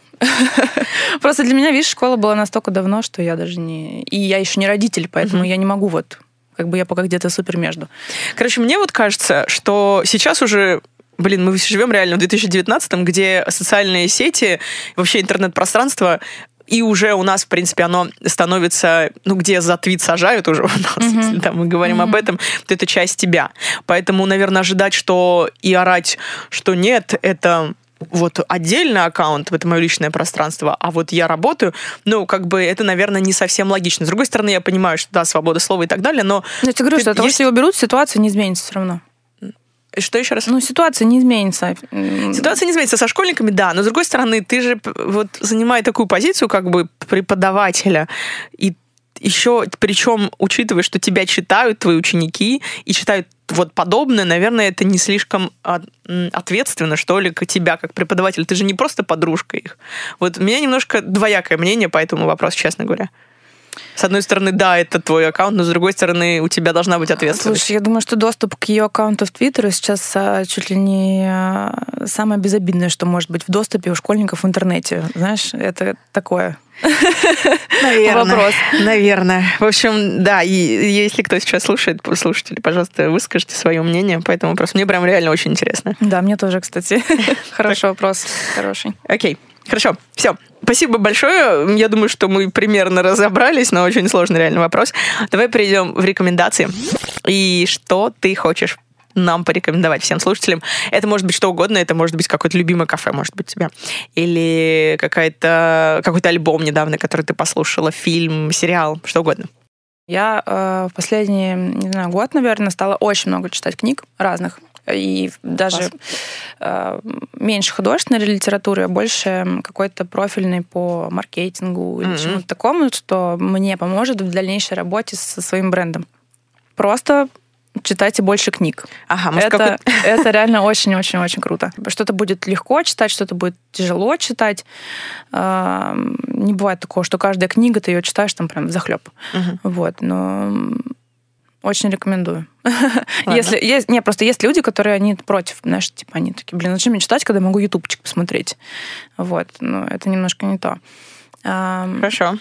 Speaker 1: Просто для меня, видишь, школа была настолько давно, что я даже не... И я еще не родитель, поэтому я не могу вот... Как бы я пока где-то супер между.
Speaker 3: Короче, мне вот кажется, что сейчас уже... Блин, мы живем реально в две тысячи девятнадцатом, где социальные сети, вообще интернет-пространство... И уже у нас, в принципе, оно становится, ну, где за твит сажают уже у нас, mm-hmm. если там мы говорим mm-hmm. об этом, то это часть тебя. Поэтому, наверное, ожидать, что и орать, что нет, это вот отдельный аккаунт, это мое личное пространство, а вот я работаю, ну, как бы это, наверное, не совсем логично. С другой стороны, я понимаю, что да, свобода слова и так далее, но...
Speaker 1: Я тебе говорю, что от того, что его берут, ситуация не изменится все равно.
Speaker 3: Что еще раз?
Speaker 1: Ну, ситуация не изменится.
Speaker 3: Ситуация не изменится со школьниками, да. Но, с другой стороны, ты же вот занимаешь такую позицию как бы преподавателя, и еще, причем, учитывая, что тебя читают твои ученики и читают вот подобное, наверное, это не слишком ответственно, что ли, к тебя как преподаватель. Ты же не просто подружка их. Вот у меня немножко двоякое мнение по этому вопросу, честно говоря. С одной стороны, да, это твой аккаунт, но с другой стороны, у тебя должна быть ответственность.
Speaker 1: Слушай, я думаю, что доступ к ее аккаунту в Твиттер сейчас чуть ли не самое безобидное, что может быть в доступе у школьников в интернете. Знаешь, это такое...
Speaker 3: Наверное,
Speaker 1: вопрос.
Speaker 3: Наверное. В общем, да, и если кто сейчас слушает, слушатели, пожалуйста, выскажите свое мнение по этому вопросу. Мне прям реально очень интересно.
Speaker 1: Да, мне тоже, кстати. Хороший вопрос, хороший.
Speaker 3: Окей, хорошо, все. Спасибо большое. Я думаю, что мы примерно разобрались, но очень сложный реально вопрос. Давай перейдем в рекомендации. И что ты хочешь нам порекомендовать всем слушателям? Это может быть что угодно, это может быть какое-то любимое кафе, может быть, у тебя. Или какая-то, какой-то альбом недавно, который ты послушала, фильм, сериал, что угодно.
Speaker 1: Я э, в последний, не знаю, год, наверное, стала очень много читать книг разных. И даже э, меньше художественной литературы, а больше какой-то профильной по маркетингу или mm-hmm. чему-то такому, что мне поможет в дальнейшей работе со своим брендом. Просто читайте больше книг.
Speaker 3: Ага, может,
Speaker 1: это, это реально очень-очень-очень круто. Что-то будет легко читать, что-то будет тяжело читать. Не бывает такого, что каждая книга, ты ее читаешь там прям взахлеб. Uh-huh. Вот, но Очень рекомендую. Если есть, не, просто есть люди, которые они против, знаешь, типа они такие, блин, зачем мне читать, когда могу ютубчик посмотреть? Вот, ну, это немножко не то.
Speaker 3: Хорошо.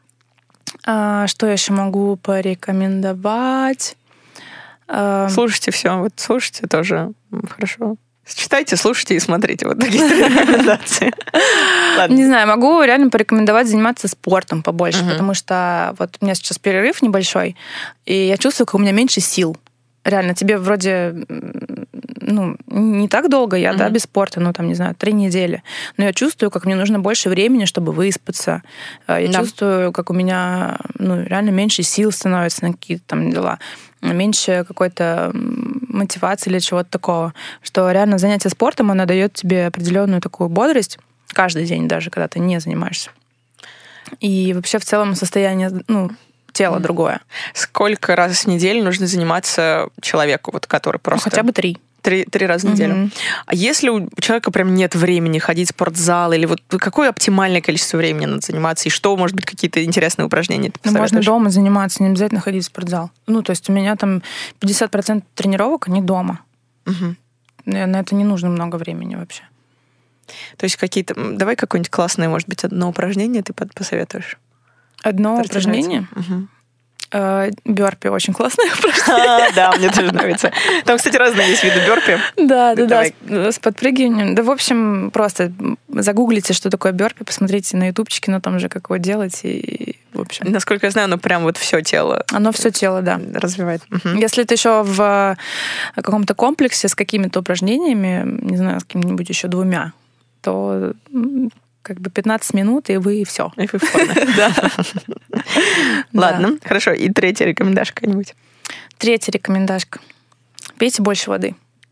Speaker 1: А, что я еще могу порекомендовать?
Speaker 3: Слушайте все, вот слушайте тоже хорошо. Читайте, слушайте и смотрите. Вот такие рекомендации.
Speaker 1: Не знаю, могу реально порекомендовать заниматься спортом побольше, uh-huh. потому что вот у меня сейчас перерыв небольшой, и я чувствую, как у меня меньше сил. Реально, тебе вроде ну, не так долго я, uh-huh. да, без спорта, ну, там, не знаю, три недели. Но я чувствую, как мне нужно больше времени, чтобы выспаться. Я да. чувствую, как у меня, ну, реально меньше сил становится на какие-то там дела. Меньше какой-то мотивации или чего-то такого. Что реально занятие спортом, оно дает тебе определенную такую бодрость каждый день, даже когда ты не занимаешься. И вообще в целом состояние, ну, тела mm. другое. Сколько раз в неделю нужно заниматься человеку, вот, который просто... Ну, хотя бы три. Три, три раза в неделю. Mm-hmm. А если у человека прям нет времени ходить в спортзал, или вот какое оптимальное количество времени надо заниматься, и что, может быть, какие-то интересные упражнения ты посоветуешь? Можно дома заниматься, не обязательно ходить в спортзал. Ну, то есть у меня там пятьдесят процентов тренировок, они дома. Mm-hmm. На это не нужно много времени вообще. То есть какие-то... Давай какое-нибудь классное, может быть, одно упражнение ты посоветуешь? Одно упражнение? Угу. Бёрпи очень классное упражнение. Да, мне тоже нравится. Там, кстати, разные есть виды бёрпи. Да, да, да, с подпрыгиванием. Да, в общем, просто загуглите, что такое бёрпи, посмотрите на ютубчике, но там же как его делать, и, в общем... Насколько я знаю, оно прям вот все тело. Оно все тело, да. Развивает. Если ты еще в каком-то комплексе с какими-то упражнениями, не знаю, с какими-нибудь еще двумя, то как бы пятнадцать минут, и вы все. И вы в форме. Да. Ладно, хорошо. И третья рекомендашка какая-нибудь? Третья рекомендашка. Пейте больше воды.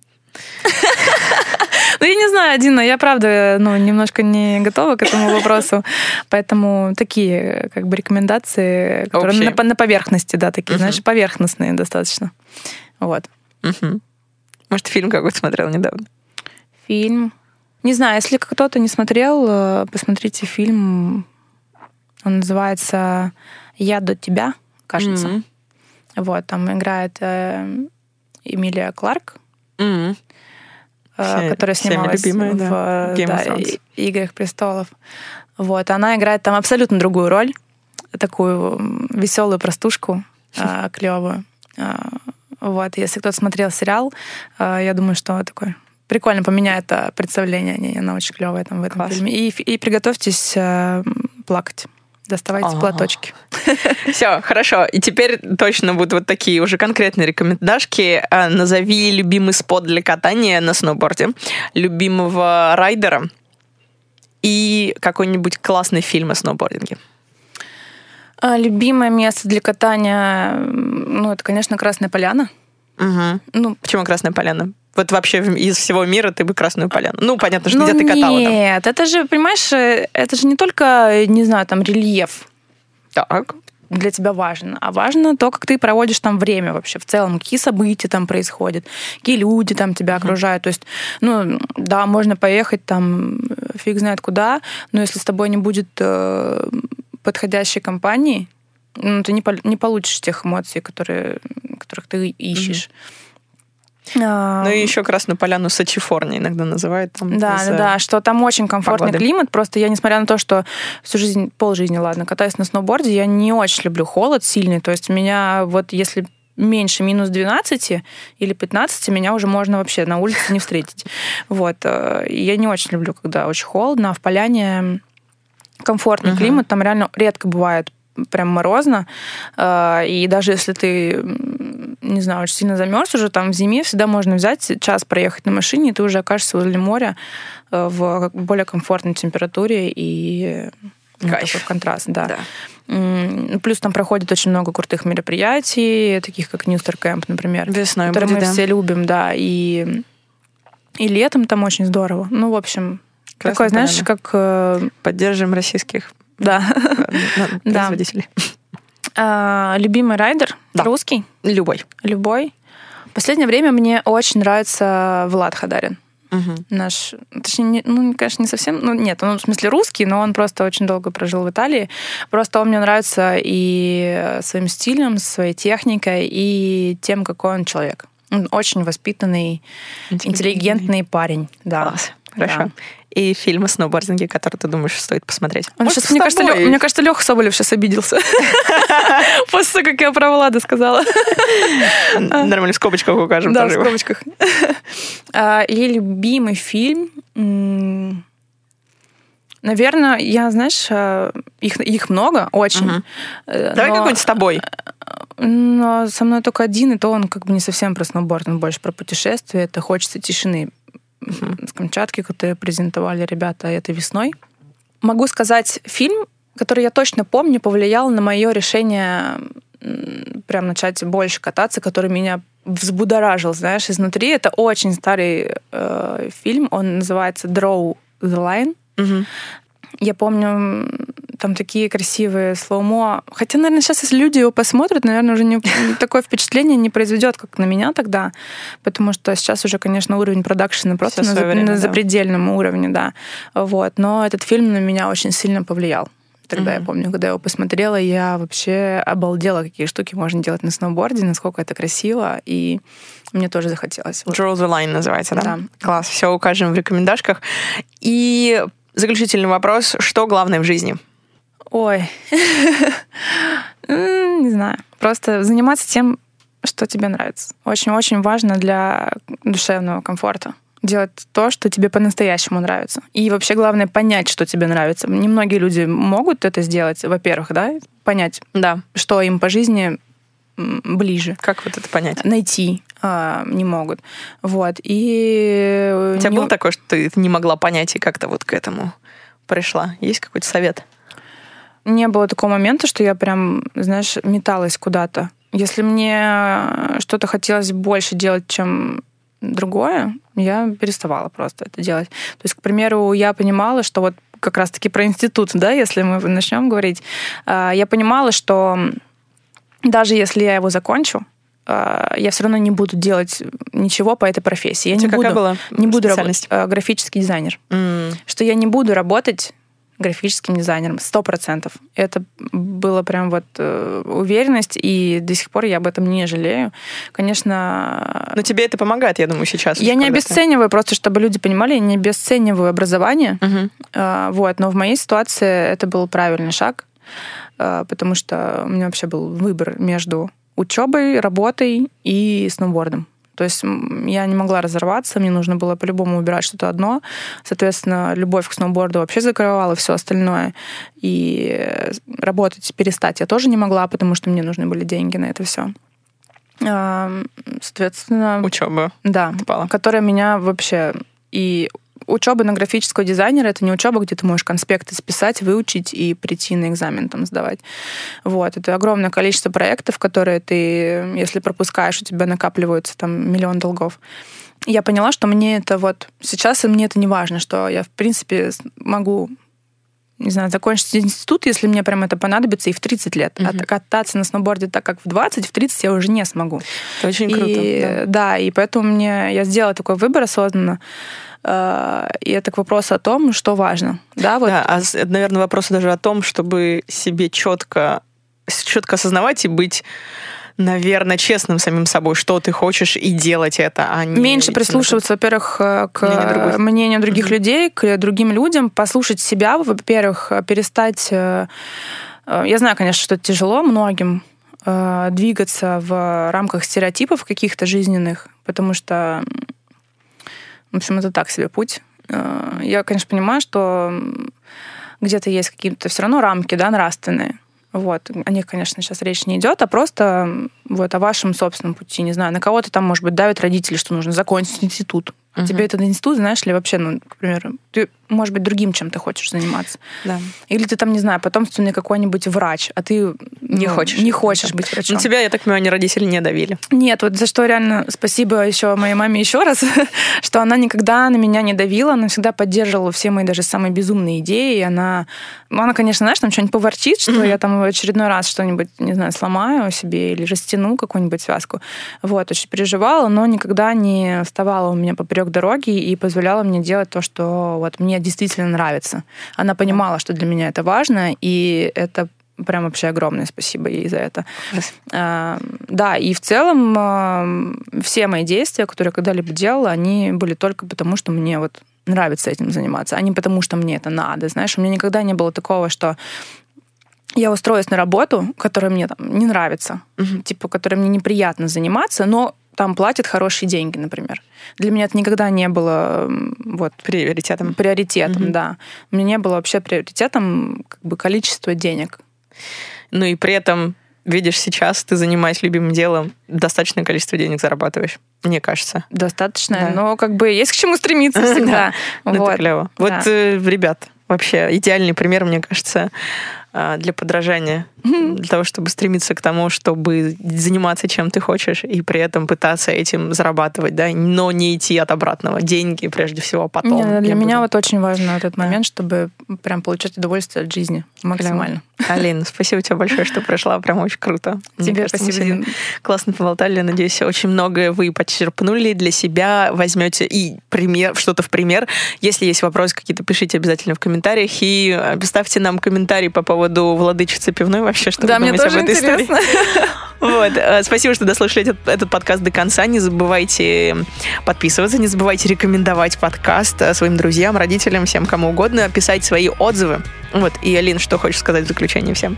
Speaker 1: Ну, я не знаю, Дина, я, правда, ну, немножко не готова к этому вопросу, поэтому такие, как бы, рекомендации, которые на, на поверхности, да, такие, uh-huh. знаешь, поверхностные достаточно. Вот. Uh-huh. Может, фильм какой-то смотрел недавно? Фильм... Не знаю, если кто-то не смотрел, посмотрите фильм. Он называется «Я до тебя», кажется. Mm-hmm. Вот, там играет э, Эмилия Кларк, mm-hmm. э, которая снималась любимая, в да. Да, «Играх престолов». Вот, она играет там абсолютно другую роль, такую веселую простушку, э, клевую. Э, вот, если кто-то смотрел сериал, э, я думаю, что такой... Прикольно поменяет представление. Не, она очень клевая там в этом Класс. Фильме. И, и приготовьтесь э, плакать. Доставайте ага. платочки. Все, хорошо. И теперь точно будут вот такие уже конкретные рекомендашки. Назови любимый спот для катания на сноуборде, любимого райдера и какой-нибудь классный фильм о сноубординге. Любимое место для катания, ну, это, конечно, Красная Поляна. Угу. Ну, почему Красная Поляна? Вот вообще из всего мира ты бы Красную Поляну. Ну, понятно, что ну, где ты катала там. Нет, это же, понимаешь, это же не только, не знаю, там, рельеф. Так. Для тебя важно. А важно то, как ты проводишь там время вообще. В целом, какие события там происходят, какие люди там тебя окружают. Mm-hmm. То есть, ну, да, можно поехать там фиг знает куда, но если с тобой не будет э, подходящей компании, ну, ты не, не получишь тех эмоций, которые, которых ты ищешь. Mm-hmm. Ну и еще Красную Поляну Сачифорни иногда называют. Там, да, да, да, что там очень комфортный погоды. Климат. Просто я, несмотря на то, что всю жизнь, полжизни, ладно, катаюсь на сноуборде, я не очень люблю холод сильный. То есть меня вот если меньше минус двенадцать или пятнадцать, меня уже можно вообще на улице не встретить. Вот. Я не очень люблю, когда очень холодно, а в Поляне комфортный uh-huh. климат. Там реально редко бывает прям морозно. И даже если ты, не знаю, очень сильно замерз уже, там в зиме всегда можно взять час проехать на машине, и ты уже окажешься возле моря в более комфортной температуре и ну, такой контраст. Да. Да. Плюс там проходит очень много крутых мероприятий, таких как Ньюстер Кэмп, например, весной которые будет, мы да. все любим, да, и, и летом там очень здорово. Ну, в общем, Красная такое, Поляна. Знаешь, как... Поддержим российских да. производителей. А, любимый райдер? Да. Русский? Любой. Любой. В последнее время мне очень нравится Влад Хадарин.
Speaker 3: Угу.
Speaker 1: Наш, точнее, не, ну, конечно, не совсем, ну, нет, он в смысле русский, но он просто очень долго прожил в Италии. Просто он мне нравится и своим стилем, своей техникой, и тем, какой он человек. Он очень воспитанный, интеллигентный, интеллигентный парень. Да.
Speaker 3: Класс. Хорошо.
Speaker 1: Да.
Speaker 3: И фильмы «Сноубординги», которые ты думаешь, стоит посмотреть?
Speaker 1: Он сейчас, мне, кажется, Лё, мне кажется, Лёха Соболев сейчас обиделся. После того, как я про Влада сказала.
Speaker 3: Нормально, в скобочках укажем.
Speaker 1: Да, в скобочках. И любимый фильм... Наверное, я, знаешь, их, их много, очень.
Speaker 3: Угу. Давай но, какой-нибудь с тобой.
Speaker 1: Но со мной только один, и то он как бы не совсем про сноуборд, он больше про путешествия. Это «Хочется тишины». С Камчатки, которые презентовали ребята этой весной. Могу сказать, фильм, который я точно помню, повлиял на мое решение прям начать больше кататься, который меня взбудоражил, знаешь, изнутри. Это очень старый э, фильм, он называется «Draw the Line».
Speaker 3: Угу.
Speaker 1: Я помню, там такие красивые слоумо. Хотя, наверное, сейчас, если люди его посмотрят, наверное, уже не, такое впечатление не произведет, как на меня тогда, потому что сейчас уже, конечно, уровень продакшена просто на, время, на да. запредельном уровне, да. Вот. Но этот фильм на меня очень сильно повлиял. Тогда mm-hmm. я помню, когда я его посмотрела, я вообще обалдела, какие штуки можно делать на сноуборде, насколько это красиво, и мне тоже захотелось.
Speaker 3: Draw the Line называется, да?
Speaker 1: Да.
Speaker 3: Класс, все укажем в рекомендашках. И заключительный вопрос, что главное в жизни?
Speaker 1: Ой, не знаю. Просто заниматься тем, что тебе нравится. Очень-очень важно для душевного комфорта. Делать то, что тебе по-настоящему нравится. И вообще главное понять, что тебе нравится. Немногие люди могут это сделать, во-первых, да, понять,
Speaker 3: да,
Speaker 1: что им по жизни ближе.
Speaker 3: Как вот это понять?
Speaker 1: Найти а, не могут. Вот. И...
Speaker 3: У тебя
Speaker 1: не...
Speaker 3: было такое, что ты не могла понять и как-то вот к этому пришла? Есть какой-то совет?
Speaker 1: Не было такого момента, что я прям, знаешь, металась куда-то. Если мне что-то хотелось больше делать, чем другое, я переставала просто это делать. То есть, к примеру, я понимала, что вот как раз-таки про институт, да, если мы начнем говорить, я понимала, что даже если я его закончу, я все равно не буду делать ничего по этой профессии. Я
Speaker 3: У тебя
Speaker 1: не
Speaker 3: какая
Speaker 1: буду,
Speaker 3: была
Speaker 1: не буду
Speaker 3: специальность?
Speaker 1: Работать, графический дизайнер.
Speaker 3: Mm.
Speaker 1: Что я не буду работать графическим дизайнером, сто процентов. Это было прям вот э, уверенность, и до сих пор я об этом не жалею. Конечно...
Speaker 3: Но тебе это помогает, я думаю, сейчас.
Speaker 1: Я не обесцениваю, просто чтобы люди понимали, я не обесцениваю образование.
Speaker 3: Uh-huh.
Speaker 1: Э, вот, но в моей ситуации это был правильный шаг, э, потому что у меня вообще был выбор между учебой, работой и сноубордом. То есть я не могла разорваться, мне нужно было по-любому выбирать что-то одно. Соответственно, любовь к сноуборду вообще закрывала все остальное. И работать, перестать я тоже не могла, потому что мне нужны были деньги на это все. Соответственно...
Speaker 3: Учеба.
Speaker 1: Да,
Speaker 3: отпала.
Speaker 1: Которая меня вообще... И учеба на графического дизайнера — это не учеба, где ты можешь конспекты списать, выучить и прийти на экзамен там сдавать. Вот. Это огромное количество проектов, которые ты, если пропускаешь, у тебя накапливаются там миллион долгов. Я поняла, что мне это вот... Сейчас мне это не важно, что я, в принципе, могу, не знаю, закончить институт, если мне прям это понадобится, и в тридцать лет.
Speaker 3: Uh-huh.
Speaker 1: А кататься на сноуборде так, как в двадцать, в тридцать я уже не смогу.
Speaker 3: Это очень круто.
Speaker 1: И, да. да, и поэтому мне, я сделала такой выбор осознанно. И это к вопросу о том, что важно. Да, вот.
Speaker 3: Да, а, наверное, вопрос даже о том, чтобы себе четко, четко осознавать и быть, наверное, честным самим собой, что ты хочешь, и делать это, а не...
Speaker 1: Меньше прислушиваться, во-первых, к мнению других, мнению других mm-hmm. людей, к другим людям, послушать себя, во-первых, перестать... Я знаю, конечно, что это тяжело многим, двигаться в рамках стереотипов каких-то жизненных, потому что... В общем, это так себе путь. Я, конечно, понимаю, что где-то есть какие-то все равно рамки, да, нравственные. Вот. О них, конечно, сейчас речь не идет, а просто вот о вашем собственном пути. Не знаю, на кого-то там, может быть, давят родители, что нужно закончить институт. Uh-huh. Тебе этот институт, знаешь ли, вообще, ну, к примеру, ты, может быть, другим чем-то хочешь заниматься.
Speaker 3: Да.
Speaker 1: Или ты там, не знаю, потомственный какой-нибудь врач, а ты
Speaker 3: не
Speaker 1: ну,
Speaker 3: хочешь,
Speaker 1: не хочешь быть врачом.
Speaker 3: На тебя, я так понимаю, ни родители не давили.
Speaker 1: Нет, вот за что реально спасибо еще моей маме еще раз, что она никогда на меня не давила, она всегда поддерживала все мои даже самые безумные идеи. Она, ну, она, конечно, знаешь, там что-нибудь поворчит, что uh-huh. я там в очередной раз что-нибудь, не знаю, сломаю себе или растяну какую-нибудь связку. Вот, очень переживала, но никогда не вставала у меня поперек поперек дороги и позволяла мне делать то, что вот мне действительно нравится. Она понимала, что для меня это важно, и это прям вообще огромное спасибо ей за это. А, да, и в целом а, все мои действия, которые я когда-либо делала, они были только потому, что мне вот нравится этим заниматься, а не потому, что мне это надо. Знаешь, у меня никогда не было такого, что я устроюсь на работу, которая мне там не нравится, uh-huh. типа, которой мне неприятно заниматься, но там платят хорошие деньги, например. Для меня это никогда не было вот,
Speaker 3: приоритетом.
Speaker 1: Приоритетом,
Speaker 3: uh-huh.
Speaker 1: да. У меня не было вообще приоритетом как бы количество денег.
Speaker 3: Ну и при этом, видишь, сейчас ты, занимаясь любимым делом, достаточное количество денег зарабатываешь, мне кажется.
Speaker 1: Достаточно,
Speaker 3: да.
Speaker 1: но как бы есть к чему стремиться всегда.
Speaker 3: Это клево. Вот, ребят, вообще идеальный пример, мне кажется, для подражания, mm-hmm. для того, чтобы стремиться к тому, чтобы заниматься чем ты хочешь и при этом пытаться этим зарабатывать, да, но не идти от обратного. Деньги, прежде всего, потом.
Speaker 1: Нет, для меня буду... вот очень важно этот момент, да. чтобы прям получать удовольствие от жизни максимально.
Speaker 3: Алин, спасибо тебе большое, что пришла. Прям очень круто.
Speaker 1: Тебе кажется, спасибо.
Speaker 3: Классно поболтали. Надеюсь, очень многое вы почерпнули для себя, возьмете и пример, что-то в пример. Если есть вопросы какие-то, пишите обязательно в комментариях и ставьте нам комментарий по поводу владычицы пивной вообще, что
Speaker 1: да,
Speaker 3: вы думаете об этой
Speaker 1: интересно.
Speaker 3: истории. Вот. Спасибо, что дослушали этот, этот подкаст до конца. Не забывайте подписываться, не забывайте рекомендовать подкаст своим друзьям, родителям, всем кому угодно, писать свои отзывы. Вот. И, Алин, что хочешь сказать в заключение всем?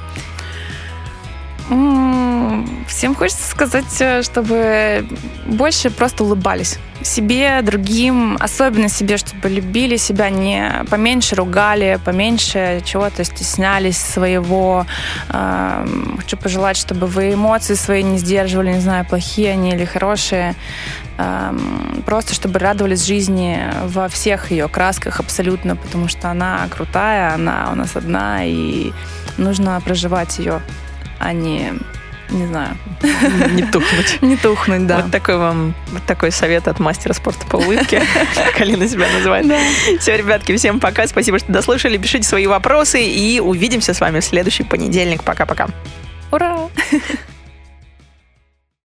Speaker 1: Всем хочется сказать, чтобы больше просто улыбались себе, другим, особенно себе, чтобы любили себя, не поменьше ругали, поменьше чего-то стеснялись своего. Хочу пожелать, чтобы вы эмоции свои не сдерживали, не знаю, плохие они или хорошие. Просто чтобы радовались жизни во всех ее красках абсолютно, потому что она крутая, она у нас одна, и нужно проживать ее, а не, не знаю.
Speaker 3: Не тухнуть.
Speaker 1: Не тухнуть, да.
Speaker 3: Вот такой вам, вот такой совет от мастера спорта по улыбке, как Алина себя называет. Да. Все, ребятки, всем пока. Спасибо, что дослушали. Пишите свои вопросы и увидимся с вами в следующий понедельник. Пока-пока.
Speaker 1: Ура!